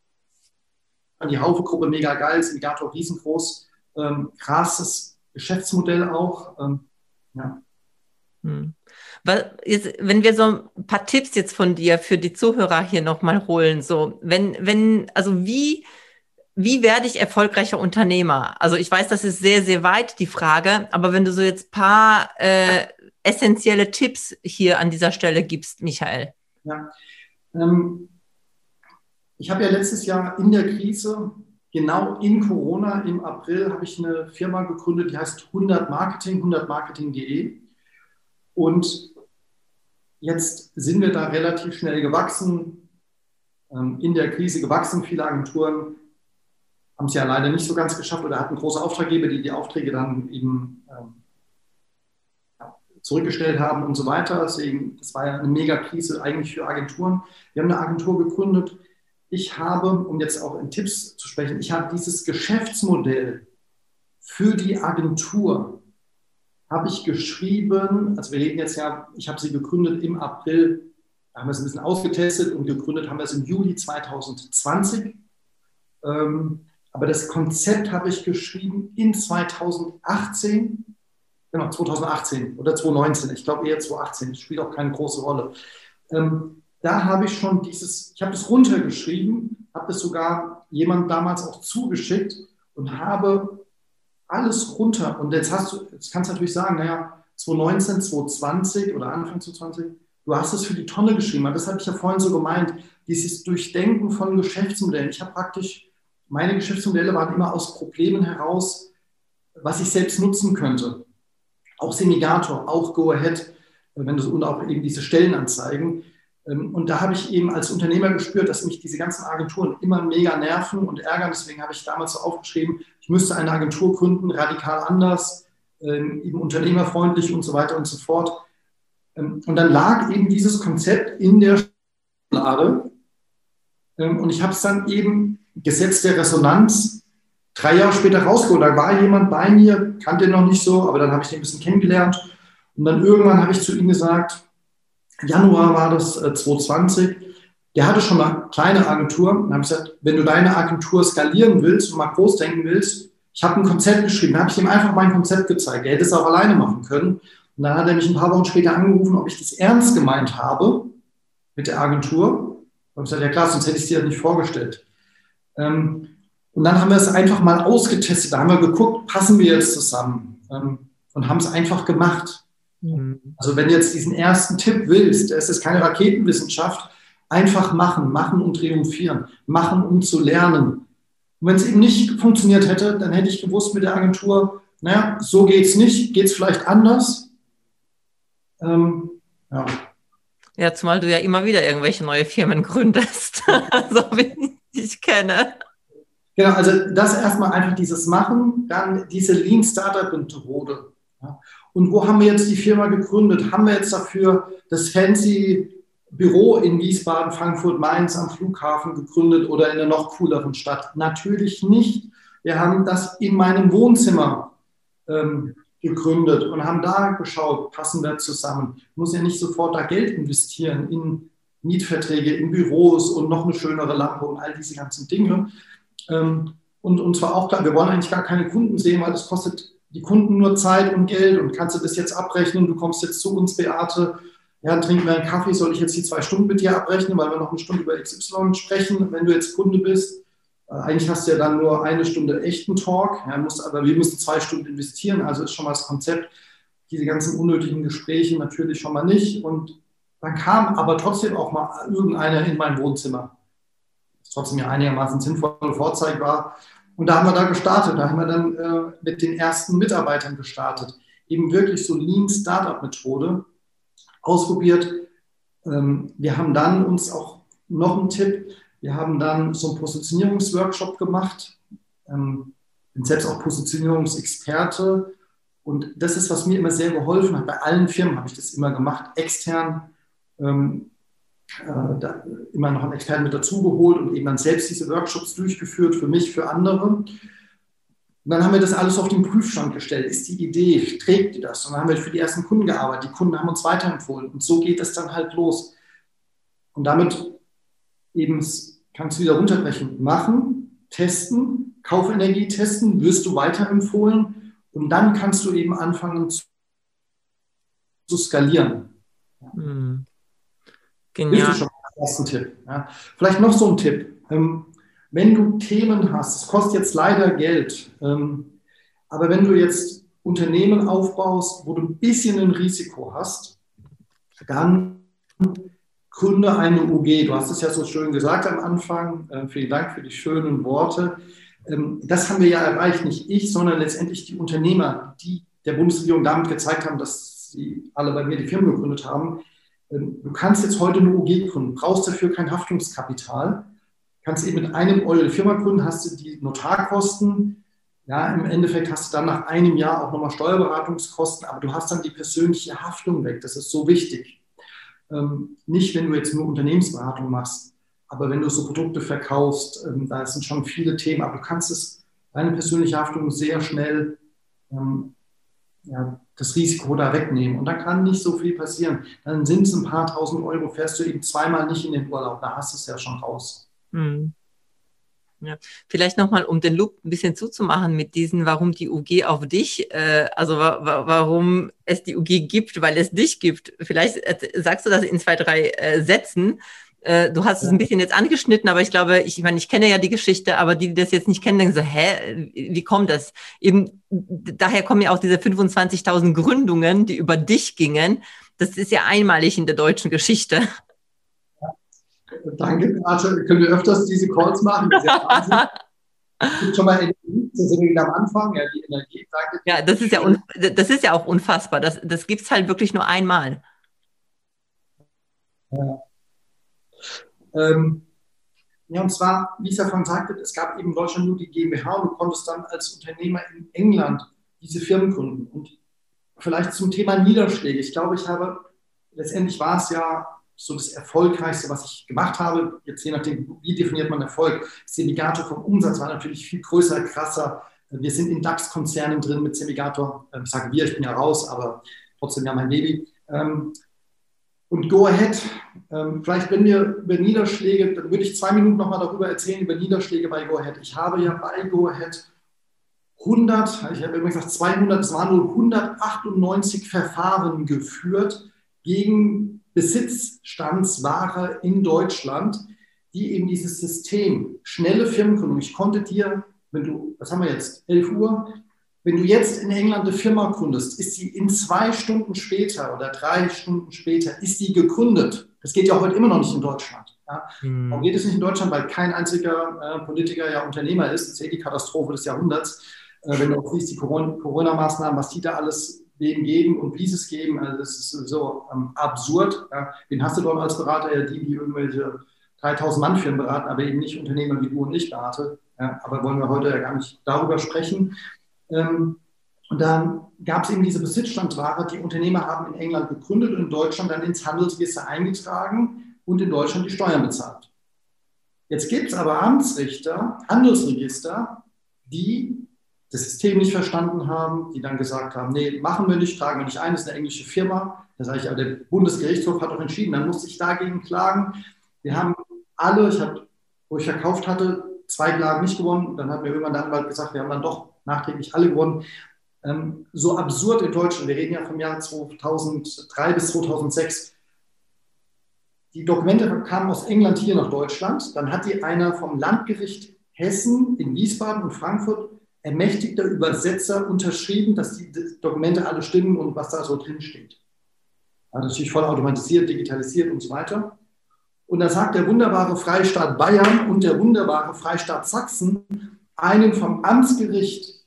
an die Haufe-Gruppe, mega geil, Semigator riesengroß, ähm, krasses Geschäftsmodell auch. Ähm, ja. Hm. Jetzt, wenn wir so ein paar Tipps jetzt von dir für die Zuhörer hier nochmal holen, so, wenn, wenn, also wie, wie werde ich erfolgreicher Unternehmer? Also ich weiß, das ist sehr, sehr weit die Frage, aber wenn du so jetzt ein paar äh, essentielle Tipps hier an dieser Stelle gibst, Michael. Ja, ähm, ich habe ja letztes Jahr in der Krise, genau in Corona, im April, habe ich eine Firma gegründet, die heißt hundert Marketing, hundert marketing punkt de. Und jetzt sind wir da relativ schnell gewachsen, ähm, in der Krise gewachsen. Viele Agenturen haben es ja leider nicht so ganz geschafft oder hatten große Auftraggeber, die die Aufträge dann eben ähm, zurückgestellt haben und so weiter. Deswegen, das war ja eine Mega-Krise eigentlich für Agenturen. Wir haben eine Agentur gegründet ich habe, um jetzt auch in Tipps zu sprechen, ich habe dieses Geschäftsmodell für die Agentur, habe ich geschrieben, also wir reden jetzt ja, ich habe sie gegründet im April, da haben wir es ein bisschen ausgetestet und gegründet haben wir es im Juli zwanzig zwanzig. Ähm, aber das Konzept habe ich geschrieben in zwanzig achtzehn, genau, zwanzig achtzehn oder zwanzig neunzehn, ich glaube eher zwanzig achtzehn, das spielt auch keine große Rolle. Ähm, da habe ich schon dieses, ich habe das runtergeschrieben, habe das sogar jemand damals auch zugeschickt und habe alles runter. Und jetzt hast du, jetzt kannst du natürlich sagen, naja, zwanzig neunzehn, zwanzig zwanzig oder Anfang zwanzig zwanzig, du hast es für die Tonne geschrieben. Aber das habe ich ja vorhin so gemeint, dieses Durchdenken von Geschäftsmodellen. Ich habe praktisch, meine Geschäftsmodelle waren immer aus Problemen heraus, was ich selbst nutzen könnte. Auch Semigator, auch Go Ahead, wenn du, und auch eben diese Stellenanzeigen. Und da habe ich eben als Unternehmer gespürt, dass mich diese ganzen Agenturen immer mega nerven und ärgern. Deswegen habe ich damals so aufgeschrieben, ich müsste eine Agentur gründen, radikal anders, eben unternehmerfreundlich und so weiter und so fort. Und dann lag eben dieses Konzept in der Schublade. Und ich habe es dann eben Gesetz der Resonanz drei Jahre später rausgeholt. Da war jemand bei mir, kannte ihn noch nicht so, aber dann habe ich den ein bisschen kennengelernt. Und dann irgendwann habe ich zu ihm gesagt, Januar war das äh, zwanzig zwanzig, der hatte schon eine kleine Agentur. Dann habe ich gesagt, wenn du deine Agentur skalieren willst und mal groß denken willst, ich habe ein Konzept geschrieben. Dann habe ich ihm einfach mein Konzept gezeigt. Er hätte es auch alleine machen können. Und dann hat er mich ein paar Wochen später angerufen, ob ich das ernst gemeint habe mit der Agentur. Ich habe gesagt, ja klar, sonst hätte ich es dir ja nicht vorgestellt. Ähm, und dann haben wir es einfach mal ausgetestet. Da haben wir geguckt, passen wir jetzt zusammen? Ähm, und haben es einfach gemacht. Also wenn du jetzt diesen ersten Tipp willst, es ist keine Raketenwissenschaft, einfach machen, machen und triumphieren, machen um zu lernen. Und wenn es eben nicht funktioniert hätte, dann hätte ich gewusst mit der Agentur, naja, so geht es nicht, geht es vielleicht anders. Ähm, ja. Ja, zumal du ja immer wieder irgendwelche neue Firmen gründest, so wie ich dich kenne. Genau, also das erstmal einfach dieses Machen, dann diese Lean Startup Methode. Ja. Und wo haben wir jetzt die Firma gegründet? Haben wir jetzt dafür das fancy Büro in Wiesbaden, Frankfurt, Mainz am Flughafen gegründet oder in einer noch cooleren Stadt? Natürlich nicht. Wir haben das in meinem Wohnzimmer ähm, gegründet und haben da geschaut, passen wir zusammen. Ich muss ja nicht sofort da Geld investieren in Mietverträge, in Büros und noch eine schönere Lampe und all diese ganzen Dinge. Ähm, und uns war auch klar, wir wollen eigentlich gar keine Kunden sehen, weil das kostet die Kunden nur Zeit und Geld und kannst du das jetzt abrechnen, du kommst jetzt zu uns, Beate, ja, dann trinken wir einen Kaffee, soll ich jetzt die zwei Stunden mit dir abrechnen, weil wir noch eine Stunde über X Y sprechen, wenn du jetzt Kunde bist. Äh, eigentlich hast du ja dann nur eine Stunde echten Talk, ja, musst, aber wir müssen zwei Stunden investieren, also ist schon mal das Konzept, diese ganzen unnötigen Gespräche natürlich schon mal nicht. Und dann kam aber trotzdem auch mal irgendeiner in mein Wohnzimmer, das trotzdem ja einigermaßen sinnvoll und vorzeigbar. Und da haben wir da gestartet, da haben wir dann äh, mit den ersten Mitarbeitern gestartet. Eben wirklich so Lean Startup Methode ausprobiert. Ähm, wir haben dann uns auch noch einen Tipp, wir haben dann so einen Positionierungsworkshop gemacht. Ähm, bin selbst auch Positionierungsexperte und das ist, was mir immer sehr geholfen hat. Bei allen Firmen habe ich das immer gemacht, extern. Ähm, Äh, da immer noch einen Experten mit dazugeholt und eben dann selbst diese Workshops durchgeführt, für mich, für andere. Und dann haben wir das alles auf den Prüfstand gestellt. Ist die Idee, trägt die das? Und dann haben wir für die ersten Kunden gearbeitet. Die Kunden haben uns weiterempfohlen. Und so geht es dann halt los. Und damit eben kannst du wieder runterbrechen. Machen, testen, Kaufenergie testen, wirst du weiterempfohlen. Und dann kannst du eben anfangen zu, zu skalieren. Mhm. Genial. Das ist schon mal der erste Tipp. Ja. Vielleicht noch so ein Tipp. Ähm, wenn du Themen hast, es kostet jetzt leider Geld, ähm, aber wenn du jetzt Unternehmen aufbaust, wo du ein bisschen ein Risiko hast, dann gründe eine U G. Du hast es ja so schön gesagt am Anfang. Äh, vielen Dank für die schönen Worte. Ähm, das haben wir ja erreicht, nicht ich, sondern letztendlich die Unternehmer, die der Bundesregierung damit gezeigt haben, dass sie alle bei mir die Firmen gegründet haben. Du kannst jetzt heute eine U G gründen, brauchst dafür kein Haftungskapital, kannst eben mit einem Euro die Firma gründen, hast du die Notarkosten, ja, im Endeffekt hast du dann nach einem Jahr auch nochmal Steuerberatungskosten, aber du hast dann die persönliche Haftung weg, das ist so wichtig. Ähm, nicht, wenn du jetzt nur Unternehmensberatung machst, Aber wenn du so Produkte verkaufst, ähm, da sind schon viele Themen, aber du kannst es, deine persönliche Haftung sehr schnell ähm, ja, das Risiko da wegnehmen. Und da kann nicht so viel passieren. Dann sind es ein paar tausend Euro, fährst du eben zweimal nicht in den Urlaub, da hast du es ja schon raus. Hm. Ja. Vielleicht nochmal, um den Loop ein bisschen zuzumachen mit diesen, warum die U G auf dich, äh, also wa wa warum es die U G gibt, weil es dich gibt. Vielleicht äh, sagst du das in zwei, drei äh, Sätzen. Äh, du hast es ein bisschen jetzt angeschnitten, aber ich glaube, ich, ich meine, ich kenne ja die Geschichte, aber die, die das jetzt nicht kennen, denken so, hä, wie kommt das? Eben, daher kommen ja auch diese fünfundzwanzigtausend Gründungen, die über dich gingen. Das ist ja einmalig in der deutschen Geschichte. Danke, Beate. Können wir öfters diese Calls machen? Das ist ja Wahnsinn. Es gibt schon mal Energie, da sind wir wieder am Anfang. Ja, die Energie, danke. Ja, das ist ja, das ist ja auch unfassbar. Das, das gibt es halt wirklich nur einmal. Ja. Ähm, ja, und zwar, wie ich ja vorhin sagte, es gab eben in Deutschland nur die GmbH und du konntest dann als Unternehmer in England diese Firmen gründen. Und vielleicht zum Thema Niederschläge. Ich glaube, ich habe, letztendlich war es ja so das Erfolgreichste, was ich gemacht habe. Jetzt je nachdem, wie definiert man Erfolg. Cemigator vom Umsatz war natürlich viel größer, krasser. Wir sind in DAX-Konzernen drin mit Cemigator. Ich sage wir, ich bin ja raus, aber trotzdem ja mein Baby. Und Go Ahead, vielleicht wenn wir über Niederschläge, dann würde ich zwei Minuten nochmal darüber erzählen, über Niederschläge bei Go Ahead. Ich habe ja bei Go Ahead hundert, ich habe immer gesagt zweihundert, es waren nur hundertachtundneunzig Verfahren geführt gegen Besitzstandsware in Deutschland, die eben dieses System, schnelle Firmengründung, ich konnte dir, wenn du, was haben wir jetzt, elf Uhr, wenn du jetzt in England eine Firma gründest, ist sie in zwei Stunden später oder drei Stunden später, ist die gegründet. Das geht ja heute immer noch nicht in Deutschland. Ja. Hm. Warum geht es nicht in Deutschland? Weil kein einziger äh, Politiker ja Unternehmer ist. Das ist ja die Katastrophe des Jahrhunderts. Äh, wenn du auch siehst, die Corona-Maßnahmen, was die da alles wem geben und wie sie es geben, also das ist so ähm, absurd. Ja. Wen hast du dort als Berater? Ja, die, die irgendwelche dreitausend Mann Firmen beraten, aber eben nicht Unternehmer wie du und ich, Beate. Ja, aber wollen wir heute ja gar nicht darüber sprechen. Ähm, und dann gab es eben diese Besitzstandsware, die Unternehmer haben in England gegründet und in Deutschland dann ins Handelsregister eingetragen und in Deutschland die Steuern bezahlt. Jetzt gibt es aber Amtsrichter, Handelsregister, die das System nicht verstanden haben, die dann gesagt haben, nee, machen wir nicht, tragen wir nicht ein, das ist eine englische Firma. Da sage ich, aber der Bundesgerichtshof hat doch entschieden, dann musste ich dagegen klagen. Wir haben alle, ich habe, wo ich verkauft hatte, zwei Klagen nicht gewonnen. Dann hat mir irgendwann der Anwalt gesagt, wir haben dann doch nachträglich alle gewonnen. Ähm, so absurd in Deutschland, wir reden ja vom Jahr zweitausenddrei bis zweitausendsechs. Die Dokumente kamen aus England hier nach Deutschland. Dann hat die einer vom Landgericht Hessen in Wiesbaden und Frankfurt ermächtigter Übersetzer unterschrieben, dass die Dokumente alle stimmen und was da so drin steht. Also natürlich voll automatisiert, digitalisiert und so weiter. Und da sagt der wunderbare Freistaat Bayern und der wunderbare Freistaat Sachsen einen vom Amtsgericht,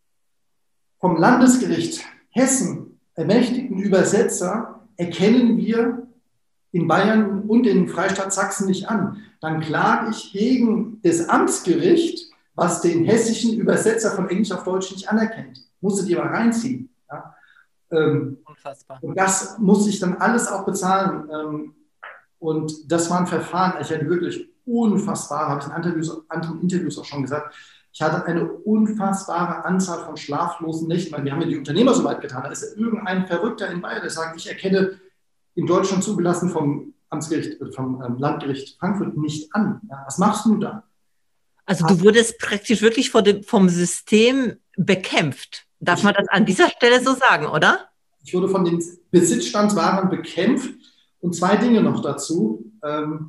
vom Landesgericht Hessen ermächtigten Übersetzer erkennen wir in Bayern und in Freistaat Sachsen nicht an. Dann klage ich gegen das Amtsgericht, was den hessischen Übersetzer von Englisch auf Deutsch nicht anerkennt. Musste die mal reinziehen. Ja? Ähm, Unfassbar. Und das muss ich dann alles auch bezahlen. Ähm, und das war ein Verfahren, ich hatte wirklich unfassbar, habe ich in Interviews, anderen Interviews auch schon gesagt, ich hatte eine unfassbare Anzahl von schlaflosen Nächten, weil wir haben ja die Unternehmer so weit getan. Da ist ja irgendein Verrückter in Bayern, der sagt, ich erkenne in Deutschland zugelassen vom Amtsgericht, vom Landgericht Frankfurt nicht an. Ja, was machst du da? Also du wurdest praktisch wirklich vor dem, vom System bekämpft. Darf man das an dieser Stelle so sagen, oder? Ich wurde von den Besitzstandswaren bekämpft. Und zwei Dinge noch dazu. Ähm,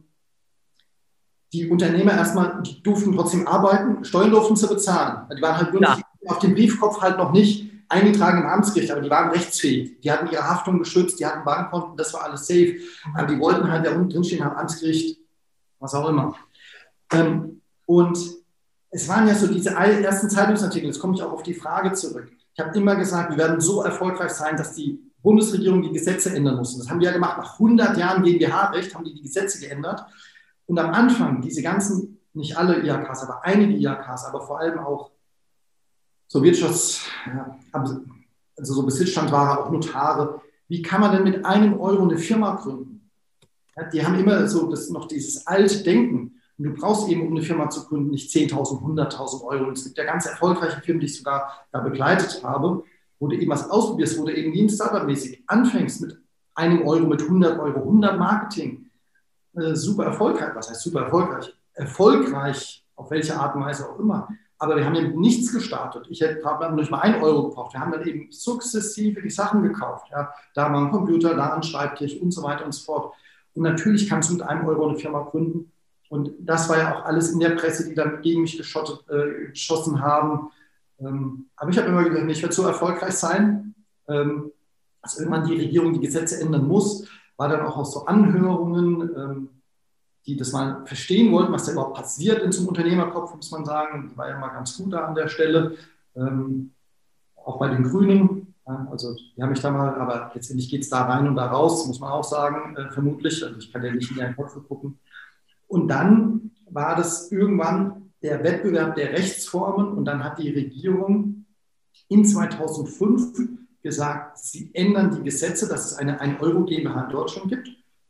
die Unternehmer erstmal, die durften trotzdem arbeiten, Steuern durften sie bezahlen. Die waren halt wirklich ja. auf dem Briefkopf halt noch nicht eingetragen im Amtsgericht, aber die waren rechtsfähig. Die hatten ihre Haftung geschützt, die hatten Bankkonten, das war alles safe. Aber die wollten halt da unten drinstehen am Amtsgericht, was auch immer. Ähm, und es waren ja so diese ersten Zeitungsartikel, jetzt komme ich auch auf die Frage zurück. Ich habe immer gesagt, wir werden so erfolgreich sein, dass die Bundesregierung die Gesetze ändern muss. Das haben wir ja gemacht. Nach hundert Jahren GmbH-Recht haben die die Gesetze geändert. Und am Anfang, diese ganzen, nicht alle I H Ks, aber einige I H Ks, aber vor allem auch so Wirtschafts-, ja, also so Besitzstandware, auch Notare. Wie kann man denn mit einem Euro eine Firma gründen? Ja, die haben immer so das, noch dieses alte Denken. Und du brauchst eben, um eine Firma zu gründen, nicht zehntausend, hunderttausend Euro. Und es gibt ja ganz erfolgreiche Firmen, die ich sogar da begleitet habe, wo du eben was ausprobierst, wo du eben Lean Startup-mäßig anfängst mit einem Euro, mit hundert Euro, hundert Marketing. Äh, super erfolgreich. Was heißt super erfolgreich? Erfolgreich, auf welche Art und Weise auch immer. Aber wir haben eben nichts gestartet. Ich habe nicht mal einen Euro gebraucht. Wir haben dann eben sukzessive die Sachen gekauft. Ja. Da war ein Computer, da ein Schreibtisch und so weiter und so fort. Und natürlich kannst du mit einem Euro eine Firma gründen. Und das war ja auch alles in der Presse, die dann gegen mich geschottet, äh, geschossen haben. Ähm, aber ich habe immer gedacht, ich werde so erfolgreich sein, ähm, dass irgendwann die Regierung die Gesetze ändern muss. War dann auch aus so Anhörungen, ähm, die das mal verstehen wollten, was da überhaupt passiert in so einem Unternehmerkopf, muss man sagen. Die war ja mal ganz gut da an der Stelle. Ähm, auch bei den Grünen. Ja, also die haben mich da mal, aber letztendlich geht es da rein und da raus, muss man auch sagen, äh, vermutlich. Also ich kann ja nicht in ihren Kopf gucken. Und dann war das irgendwann der Wettbewerb der Rechtsformen und dann hat die Regierung in zweitausendfünf gesagt, sie ändern die Gesetze, dass es eine ein Euro GmbH in Deutschland gibt.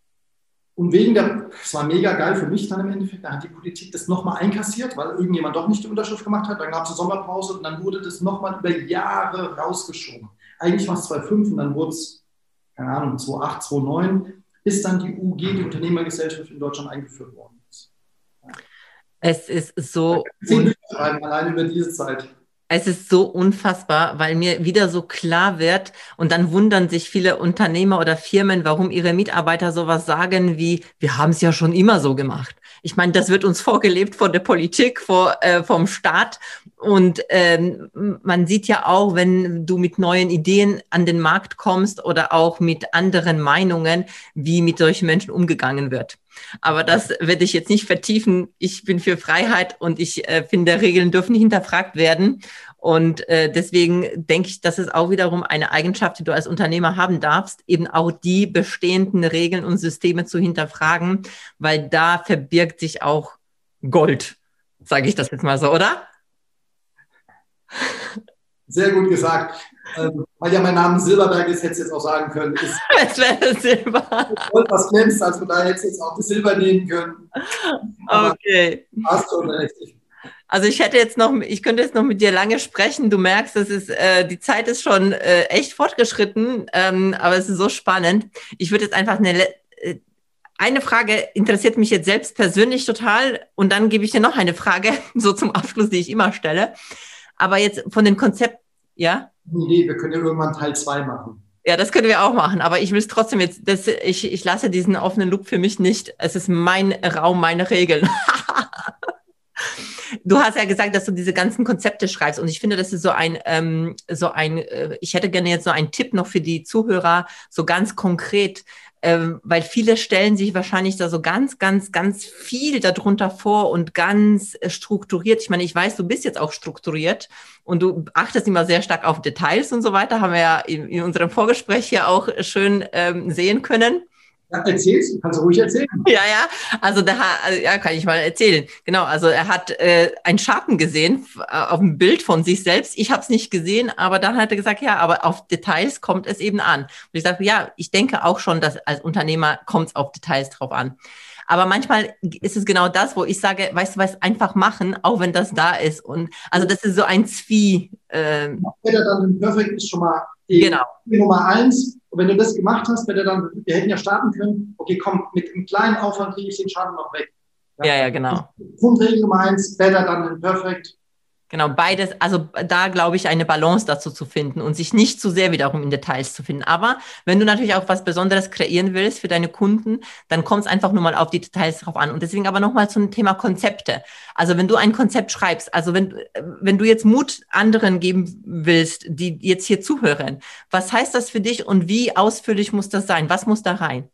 Und wegen der, es war mega geil für mich dann im Endeffekt, da hat die Politik das nochmal einkassiert, weil irgendjemand doch nicht die Unterschrift gemacht hat. Dann gab es eine Sommerpause und dann wurde das nochmal über Jahre rausgeschoben. Eigentlich war es zweitausendfünf und dann wurde es, keine Ahnung, zweitausendacht, zweitausendneun, bis dann die U G, die Unternehmergesellschaft in Deutschland eingeführt worden ist. Ja. Es ist so... Zehn Bücher schreiben, allein über diese Zeit. Es ist so unfassbar, weil mir wieder so klar wird und dann wundern sich viele Unternehmer oder Firmen, warum ihre Mitarbeiter sowas sagen wie, wir haben es ja schon immer so gemacht. Ich meine, das wird uns vorgelebt von der Politik, vor, äh, vom Staat und ähm, man sieht ja auch, wenn du mit neuen Ideen an den Markt kommst oder auch mit anderen Meinungen, wie mit solchen Menschen umgegangen wird. Aber das werde ich jetzt nicht vertiefen. Ich bin für Freiheit und ich äh, finde, Regeln dürfen nicht hinterfragt werden. Und äh, deswegen denke ich, das ist auch wiederum eine Eigenschaft, die du als Unternehmer haben darfst, eben auch die bestehenden Regeln und Systeme zu hinterfragen, weil da verbirgt sich auch Gold, sage ich das jetzt mal so, oder? Sehr gut gesagt. Ähm, weil ja mein Name Silberberg ist, hätte ich jetzt auch sagen können. Ist, es wäre Silber. Was glänzt, also da hätte ich jetzt auch das Silber nehmen können. Aber okay. Hast du recht. Also ich hätte jetzt noch, ich könnte jetzt noch mit dir lange sprechen. Du merkst, das ist, äh, die Zeit ist schon äh, echt fortgeschritten, ähm, aber es ist so spannend. Ich würde jetzt einfach eine, äh, eine Frage interessiert mich jetzt selbst persönlich total und dann gebe ich dir noch eine Frage, so zum Abschluss, die ich immer stelle. Aber jetzt von den Konzepten, ja? Nee, wir können ja irgendwann Teil zwei machen. Ja, das können wir auch machen, aber ich will es trotzdem jetzt, das, ich, ich lasse diesen offenen Loop für mich nicht. Es ist mein Raum, meine Regeln. Du hast ja gesagt, dass du diese ganzen Konzepte schreibst und ich finde, das ist so ein, ähm, so ein, äh, ich hätte gerne jetzt so einen Tipp noch für die Zuhörer, so ganz konkret, ähm, weil viele stellen sich wahrscheinlich da so ganz, ganz, ganz viel darunter vor und ganz äh, strukturiert. Ich meine, ich weiß, du bist jetzt auch strukturiert und du achtest immer sehr stark auf Details und so weiter, haben wir ja in, in unserem Vorgespräch hier auch schön ähm, sehen können. Ja, erzählst du, kannst du ruhig erzählen. Ja, ja, also da also, ja, kann ich mal erzählen. Genau, also er hat äh, einen Schatten gesehen auf dem Bild von sich selbst. Ich habe es nicht gesehen, aber dann hat er gesagt, ja, aber auf Details kommt es eben an. Und ich sage, ja, ich denke auch schon, dass als Unternehmer kommt es auf Details drauf an. Aber manchmal ist es genau das, wo ich sage, weißt du was, einfach machen, auch wenn das da ist. Und also das ist so ein Zwie. Äh, Better Done Perfect ist schon mal die genau. Nummer eins. Und wenn du das gemacht hast, Better Done, wir hätten ja starten können, okay, komm, mit einem kleinen Aufwand kriege ich den Schaden noch weg. Ja, ja, ja genau. Grundregel Nummer eins, Better Done Perfect. Genau, beides, also da glaube ich, eine Balance dazu zu finden und sich nicht zu sehr wiederum in Details zu finden. Aber wenn du natürlich auch was Besonderes kreieren willst für deine Kunden, dann kommt es einfach nur mal auf die Details drauf an. Und deswegen aber nochmal zum Thema Konzepte. Also wenn du ein Konzept schreibst, also wenn, wenn du jetzt Mut anderen geben willst, die jetzt hier zuhören, was heißt das für dich und wie ausführlich muss das sein? Was muss da rein?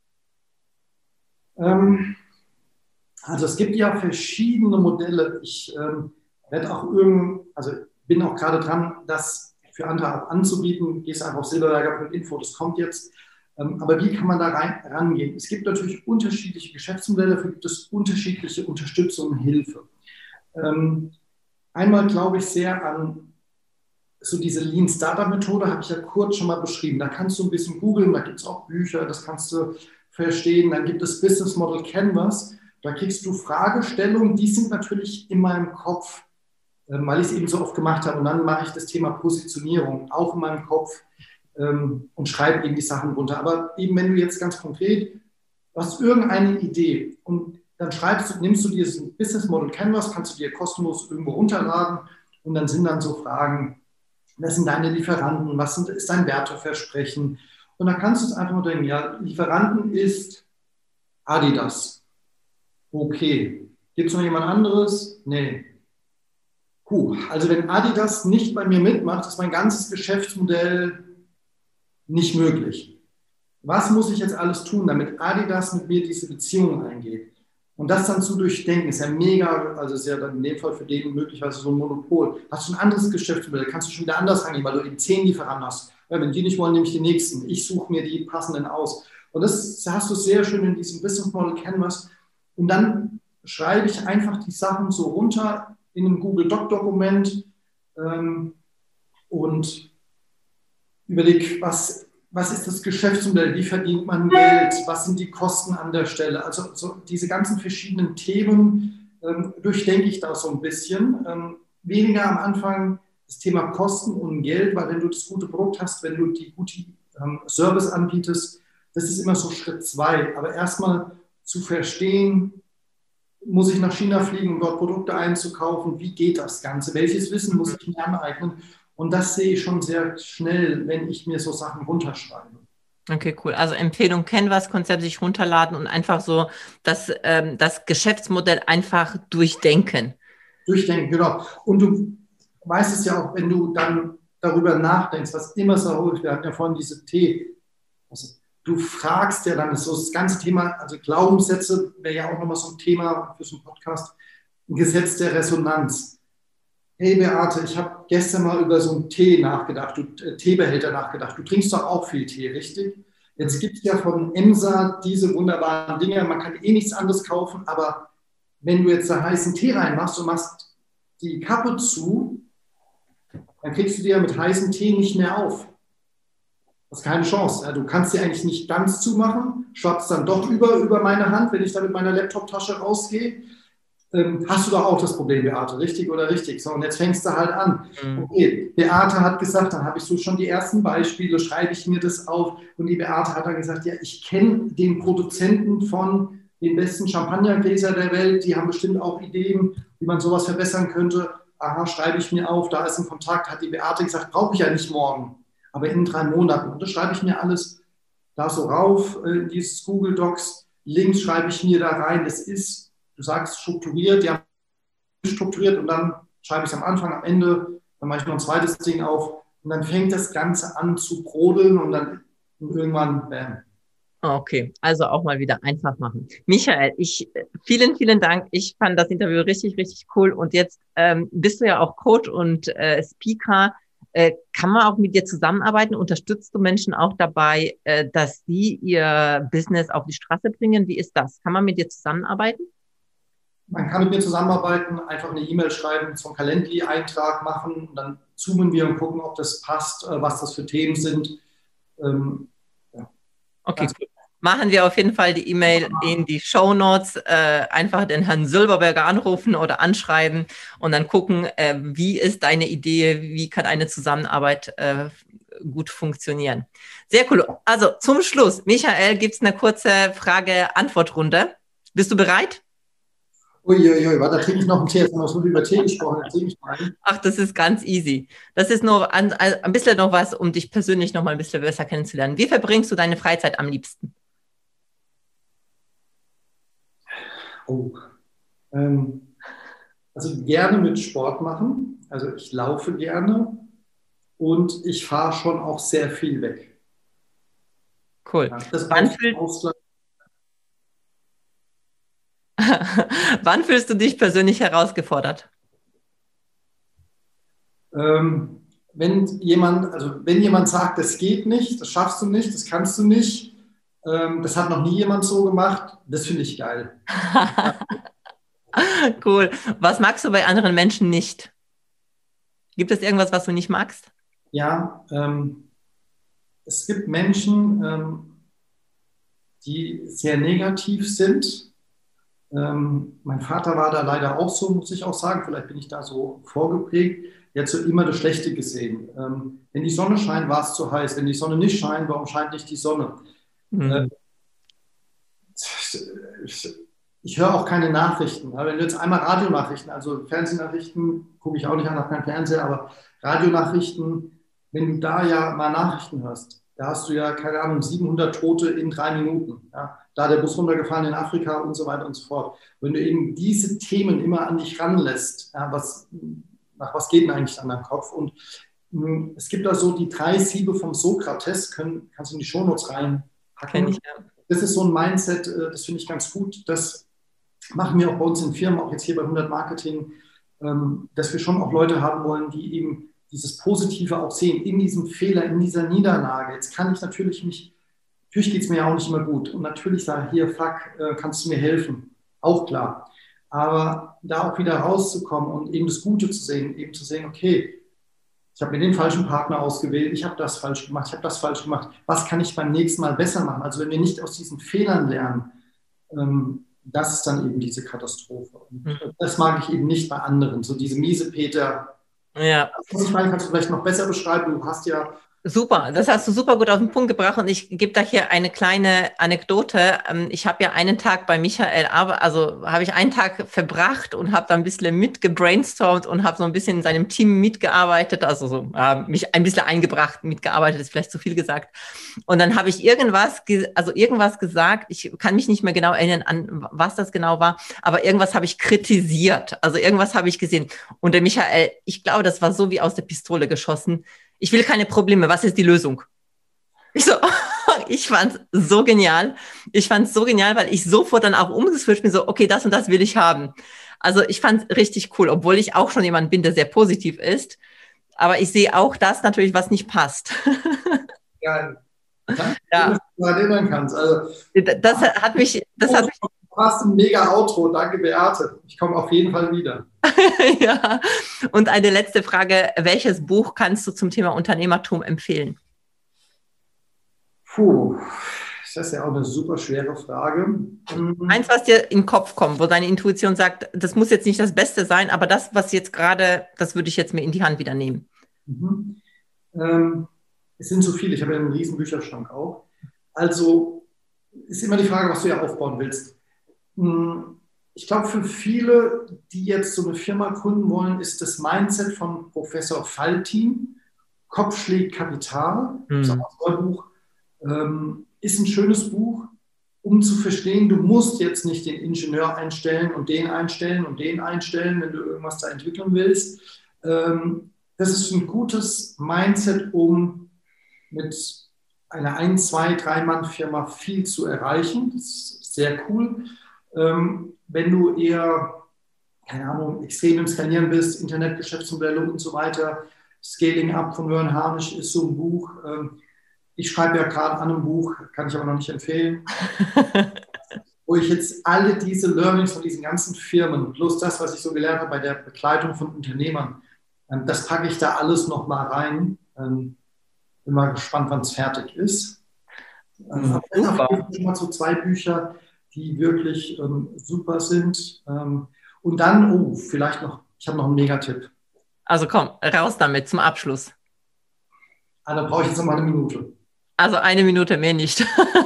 Ähm, also es gibt ja verschiedene Modelle. Ich ähm, werde auch irgend, also bin auch gerade dran, das für andere auch anzubieten. Gehst einfach auf silberberger Punkt info, das kommt jetzt. Ähm, aber wie kann man da rein, rangehen? Es gibt natürlich unterschiedliche Geschäftsmodelle, dafür gibt es unterschiedliche Unterstützung und Hilfe. Ähm, einmal glaube ich sehr an so diese Lean Startup Methode, habe ich ja kurz schon mal beschrieben. Da kannst du ein bisschen googeln, da gibt es auch Bücher, das kannst du verstehen. Dann gibt es Business Model Canvas. Da kriegst du Fragestellungen, die sind natürlich in meinem Kopf, weil ich es eben so oft gemacht habe. Und dann mache ich das Thema Positionierung auch in meinem Kopf ähm, und schreibe eben die Sachen runter. Aber eben, wenn du jetzt ganz konkret, du hast irgendeine Idee und dann schreibst du, nimmst du dieses Business Model Canvas, kannst du dir kostenlos irgendwo runterladen und dann sind dann so Fragen, wer sind deine Lieferanten, was sind, ist dein Werteversprechen? Und dann kannst du es einfach nur denken, ja, Lieferanten ist Adidas. Okay. Gibt es noch jemand anderes? Nee. Puh, also wenn Adidas nicht bei mir mitmacht, ist mein ganzes Geschäftsmodell nicht möglich. Was muss ich jetzt alles tun, damit Adidas mit mir diese Beziehung eingeht? Und das dann zu durchdenken, ist ja mega, also ist ja dann in dem Fall für den möglicherweise so ein Monopol. Hast du ein anderes Geschäftsmodell, kannst du schon wieder anders rangehen, weil du eben zehn Lieferanten hast. Ja, wenn die nicht wollen, nehme ich die nächsten. Ich suche mir die passenden aus. Und das hast du sehr schön in diesem Business Model Canvas. Und dann schreibe ich einfach die Sachen so runter in einem Google Doc-Dokument ähm, und überlege, was, was ist das Geschäftsmodell, wie verdient man Geld, was sind die Kosten an der Stelle. Also so diese ganzen verschiedenen Themen ähm, durchdenke ich da so ein bisschen. Ähm, weniger am Anfang das Thema Kosten und Geld, weil wenn du das gute Produkt hast, wenn du die gute ähm, Service anbietest, das ist immer so Schritt zwei. Aber erstmal zu verstehen, muss ich nach China fliegen, um dort Produkte einzukaufen? Wie geht das Ganze? Welches Wissen muss ich mir aneignen? Und das sehe ich schon sehr schnell, wenn ich mir so Sachen runterschreibe. Okay, cool. Also Empfehlung Canvas-Konzept sich runterladen und einfach so das, ähm, das Geschäftsmodell einfach durchdenken. Durchdenken, genau. Und du weißt es ja auch, wenn du dann darüber nachdenkst, was immer so häufig, wir hatten ja vorhin diese T, also du fragst ja dann, so das ganze Thema, also Glaubenssätze wäre ja auch nochmal so ein Thema für so einen Podcast, ein Gesetz der Resonanz. Hey Beate, ich habe gestern mal über so einen Tee nachgedacht, du, äh, Teebehälter nachgedacht. Du trinkst doch auch viel Tee, richtig? Jetzt gibt es ja von Emsa diese wunderbaren Dinge, man kann eh nichts anderes kaufen, aber wenn du jetzt da heißen Tee reinmachst und machst die Kappe zu, dann kriegst du die ja mit heißem Tee nicht mehr auf. Das ist keine Chance. Du kannst sie eigentlich nicht ganz zumachen, schwappst dann doch über, über meine Hand, wenn ich da mit meiner Laptop-Tasche rausgehe. Ähm, hast du doch auch das Problem, Beate, richtig oder richtig? So, und jetzt fängst du halt an. Okay, Beate hat gesagt, dann habe ich so schon die ersten Beispiele, schreibe ich mir das auf. Und die Beate hat dann gesagt, ja, ich kenne den Produzenten von den besten Champagnergläser der Welt, die haben bestimmt auch Ideen, wie man sowas verbessern könnte. Aha, schreibe ich mir auf, da ist ein Kontakt, hat die Beate gesagt, brauche ich ja nicht morgen, aber in drei Monaten. Und das schreibe ich mir alles da so rauf, in dieses Google Docs. Links schreibe ich mir da rein, das ist, du sagst strukturiert, ja, strukturiert und dann schreibe ich es am Anfang, am Ende, dann mache ich noch ein zweites Ding auf und dann fängt das Ganze an zu brodeln und dann und irgendwann, bam. Okay, also auch mal wieder einfach machen. Michael, ich vielen, vielen Dank. Ich fand das Interview richtig, richtig cool. Und jetzt ähm, bist du ja auch Coach und äh, Speaker. Äh, kann man auch mit dir zusammenarbeiten? Unterstützt du Menschen auch dabei, äh, dass sie ihr Business auf die Straße bringen? Wie ist das? Kann man mit dir zusammenarbeiten? Man kann mit mir zusammenarbeiten, einfach eine E-Mail schreiben, so einen Calendly-Eintrag machen und dann zoomen wir und gucken, ob das passt, was das für Themen sind. Ähm, ja. Okay, cool. Machen wir auf jeden Fall die E-Mail in die Shownotes. Äh, einfach den Herrn Silberberger anrufen oder anschreiben und dann gucken, äh, wie ist deine Idee, wie kann eine Zusammenarbeit äh, gut funktionieren. Sehr cool. Also zum Schluss, Michael, gibt es eine kurze Frage-Antwort-Runde. Bist du bereit? Uiuiui, warte, da trinke ich noch einen Tee. Jetzt haben wir so viel über Tee gesprochen. Jetzt trinke ich mal einen. Ach, das ist ganz easy. Das ist nur ein, ein bisschen noch was, um dich persönlich noch mal ein bisschen besser kennenzulernen. Wie verbringst du deine Freizeit am liebsten? Oh. Ähm, also gerne mit Sport machen. Also ich laufe gerne und ich fahre schon auch sehr viel weg. Cool. Ja, das Wann, braucht fühl Ausgleich. Wann fühlst du dich persönlich herausgefordert? Ähm, wenn jemand, also wenn jemand sagt, das geht nicht, das schaffst du nicht, das kannst du nicht, ähm, das hat noch nie jemand so gemacht, das finde ich geil. Cool. Was magst du bei anderen Menschen nicht? Gibt es irgendwas, was du nicht magst? Ja, ähm, es gibt Menschen, ähm, die sehr negativ sind. Ähm, mein Vater war da leider auch so, muss ich auch sagen. Vielleicht bin ich da so vorgeprägt. Er hat so immer das Schlechte gesehen. Ähm, wenn die Sonne scheint, war es zu heiß. Wenn die Sonne nicht scheint, warum scheint nicht die Sonne? Mhm. Ich höre auch keine Nachrichten. Wenn du jetzt einmal Radionachrichten, also Fernsehnachrichten, gucke ich auch nicht an, habe keinen Fernseher, aber Radionachrichten, wenn du da ja mal Nachrichten hörst, da hast du ja, keine Ahnung, siebenhundert Tote in drei Minuten. Ja? Da der Bus runtergefallen in Afrika und so weiter und so fort. Wenn du eben diese Themen immer an dich ranlässt, ja, was, nach was geht denn eigentlich an deinem Kopf? Und mh, es gibt da so die drei Siebe vom Sokrates, können, kannst du in die Shownotes reinpacken. Kenn ich, ja. Das ist so ein Mindset, das finde ich ganz gut. Das machen wir auch bei uns in Firmen, auch jetzt hier bei hundert Marketing, dass wir schon auch Leute haben wollen, die eben dieses Positive auch sehen, in diesem Fehler, in dieser Niederlage. Jetzt kann ich natürlich mich, natürlich geht es mir ja auch nicht immer gut. Und natürlich sage ich, hier, fuck, kannst du mir helfen? Auch klar. Aber da auch wieder rauszukommen und eben das Gute zu sehen, eben zu sehen, okay, ich habe mir den falschen Partner ausgewählt, ich habe das falsch gemacht, ich habe das falsch gemacht. Was kann ich beim nächsten Mal besser machen? Also wenn wir nicht aus diesen Fehlern lernen, ähm, das ist dann eben diese Katastrophe. Und mhm. das mag ich eben nicht bei anderen. So diese miese Peter. Ja. Das, ich meine, kannst du vielleicht noch besser beschreiben. Du hast ja... Super, das hast du super gut auf den Punkt gebracht und ich gebe da hier eine kleine Anekdote. Ich habe ja einen Tag bei Michael, also habe ich einen Tag verbracht und habe da ein bisschen mitgebrainstormt und habe so ein bisschen in seinem Team mitgearbeitet, also so äh, mich ein bisschen eingebracht, mitgearbeitet ist vielleicht zu viel gesagt. Und dann habe ich irgendwas, also irgendwas gesagt, ich kann mich nicht mehr genau erinnern an, was das genau war, aber irgendwas habe ich kritisiert, also irgendwas habe ich gesehen. Und der Michael, ich glaube, das war so wie aus der Pistole geschossen. Ich will keine Probleme, was ist die Lösung? Ich so, ich fand's so genial. Ich fand's so genial, weil ich sofort dann auch umgeswitcht bin, so, okay, das und das will ich haben. Also ich fand's richtig cool, obwohl ich auch schon jemand bin, der sehr positiv ist. Aber ich sehe auch das natürlich, was nicht passt. Ja, danke, ja. Dass du daran erinnern kannst. Also, das hat mich... Das hat mich Du hast ein mega Outro, danke Beate. Ich komme auf jeden Fall wieder. Ja, und eine letzte Frage, welches Buch kannst du zum Thema Unternehmertum empfehlen? Puh, das ist ja auch eine super schwere Frage. Eins, was dir in den Kopf kommt, wo deine Intuition sagt, das muss jetzt nicht das Beste sein, aber das, was jetzt gerade, das würde ich jetzt mir in die Hand wieder nehmen. Mhm. Ähm, es sind so viele, ich habe ja einen riesen Bücherschrank auch. Also ist immer die Frage, was du ja aufbauen willst. Ich glaube, für viele, die jetzt so eine Firma gründen wollen, ist das Mindset von Professor Faltin, Kopf schlägt Kapital, mhm. das ist auch ein Buch, ähm, ist ein schönes Buch, um zu verstehen, du musst jetzt nicht den Ingenieur einstellen und den einstellen und den einstellen, wenn du irgendwas da entwickeln willst. Ähm, das ist ein gutes Mindset, um mit einer ein-, zwei-, drei-Mann-Firma viel zu erreichen. Das ist sehr cool. Ähm, wenn du eher, keine Ahnung, extrem im Skalieren bist, Internetgeschäftsmodelle und so weiter, Scaling Up von Jörn Harnisch ist so ein Buch. Ähm, ich schreibe ja gerade an einem Buch, kann ich aber noch nicht empfehlen, wo ich jetzt alle diese Learnings von diesen ganzen Firmen, plus das, was ich so gelernt habe bei der Begleitung von Unternehmern, ähm, das packe ich da alles nochmal rein. Ähm, bin mal gespannt, wann es fertig ist. Ähm, mhm. Aber schon mal so zwei Bücher, die wirklich ähm, super sind. Ähm, und dann, oh, vielleicht noch, ich habe noch einen Megatipp. Also komm, raus damit zum Abschluss. Ah, dann brauche ich jetzt noch mal eine Minute. Also eine Minute, mehr nicht.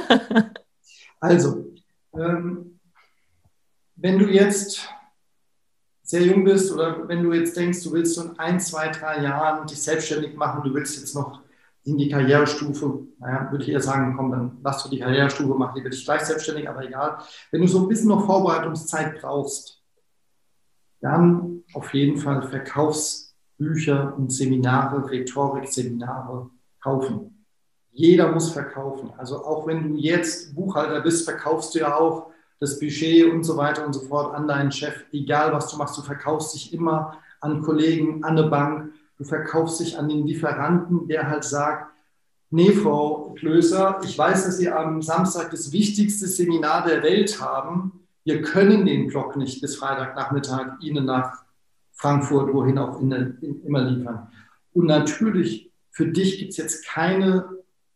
Also, ähm, wenn du jetzt sehr jung bist oder wenn du jetzt denkst, du willst so in ein, zwei, drei Jahren dich selbstständig machen, du willst jetzt noch in die Karrierestufe, naja, würde ich eher sagen, komm, dann lass du die Karrierestufe, mach lieber dich gleich selbstständig, aber egal. Wenn du so ein bisschen noch Vorbereitungszeit brauchst, dann auf jeden Fall Verkaufsbücher und Seminare, Rhetorik-Seminare kaufen. Jeder muss verkaufen. Also auch wenn du jetzt Buchhalter bist, verkaufst du ja auch das Budget und so weiter und so fort an deinen Chef. Egal, was du machst, du verkaufst dich immer an Kollegen, an eine Bank. Du verkaufst dich an den Lieferanten, der halt sagt, nee, Frau Klöser, ich weiß, dass Sie am Samstag das wichtigste Seminar der Welt haben. Wir können den Block nicht bis Freitagnachmittag Ihnen nach Frankfurt, wohin auch immer liefern. Und natürlich, für dich gibt es jetzt keine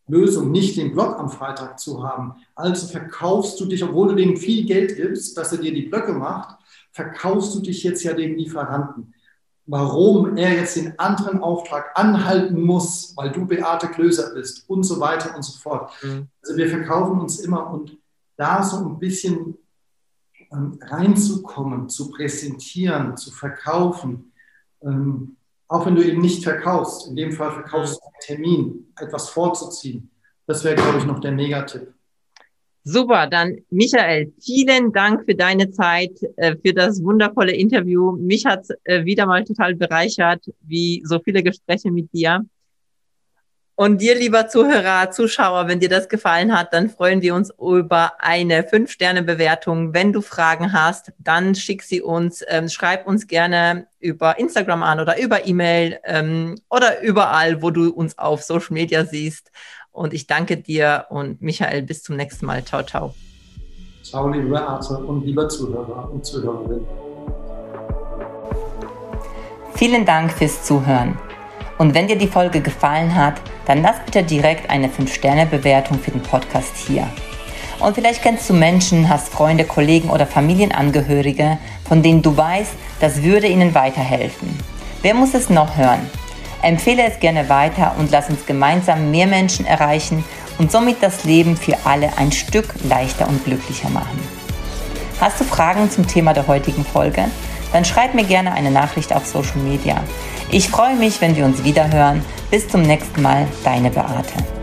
Lösung, nicht den Block am Freitag zu haben. Also verkaufst du dich, obwohl du dem viel Geld gibst, dass er dir die Blöcke macht, verkaufst du dich jetzt ja dem Lieferanten. Warum er jetzt den anderen Auftrag anhalten muss, weil du Beate Klöser bist und so weiter und so fort. Mhm. Also wir verkaufen uns immer und da so ein bisschen ähm, reinzukommen, zu präsentieren, zu verkaufen, ähm, auch wenn du eben nicht verkaufst, in dem Fall verkaufst du einen Termin, etwas vorzuziehen. Das wäre, glaube ich, noch der Megatipp. Super, dann Michael, vielen Dank für deine Zeit, für das wundervolle Interview. Mich hat es wieder mal total bereichert, wie so viele Gespräche mit dir. Und dir, lieber Zuhörer, Zuschauer, wenn dir das gefallen hat, dann freuen wir uns über eine fünf Sterne Bewertung. Wenn du Fragen hast, dann schick sie uns, ähm, schreib uns gerne über Instagram an oder über E-Mail ähm, oder überall, wo du uns auf Social Media siehst. Und ich danke dir und Michael, bis zum nächsten Mal. Ciao, ciao. Ciao, liebe Beate und lieber Zuhörer und Zuhörerinnen. Vielen Dank fürs Zuhören. Und wenn dir die Folge gefallen hat, dann lass bitte direkt eine fünf Sterne Bewertung für den Podcast hier. Und vielleicht kennst du Menschen, hast Freunde, Kollegen oder Familienangehörige, von denen du weißt, das würde ihnen weiterhelfen. Wer muss es noch hören? Empfehle es gerne weiter und lass uns gemeinsam mehr Menschen erreichen und somit das Leben für alle ein Stück leichter und glücklicher machen. Hast du Fragen zum Thema der heutigen Folge? Dann schreib mir gerne eine Nachricht auf Social Media. Ich freue mich, wenn wir uns wiederhören. Bis zum nächsten Mal, deine Beate.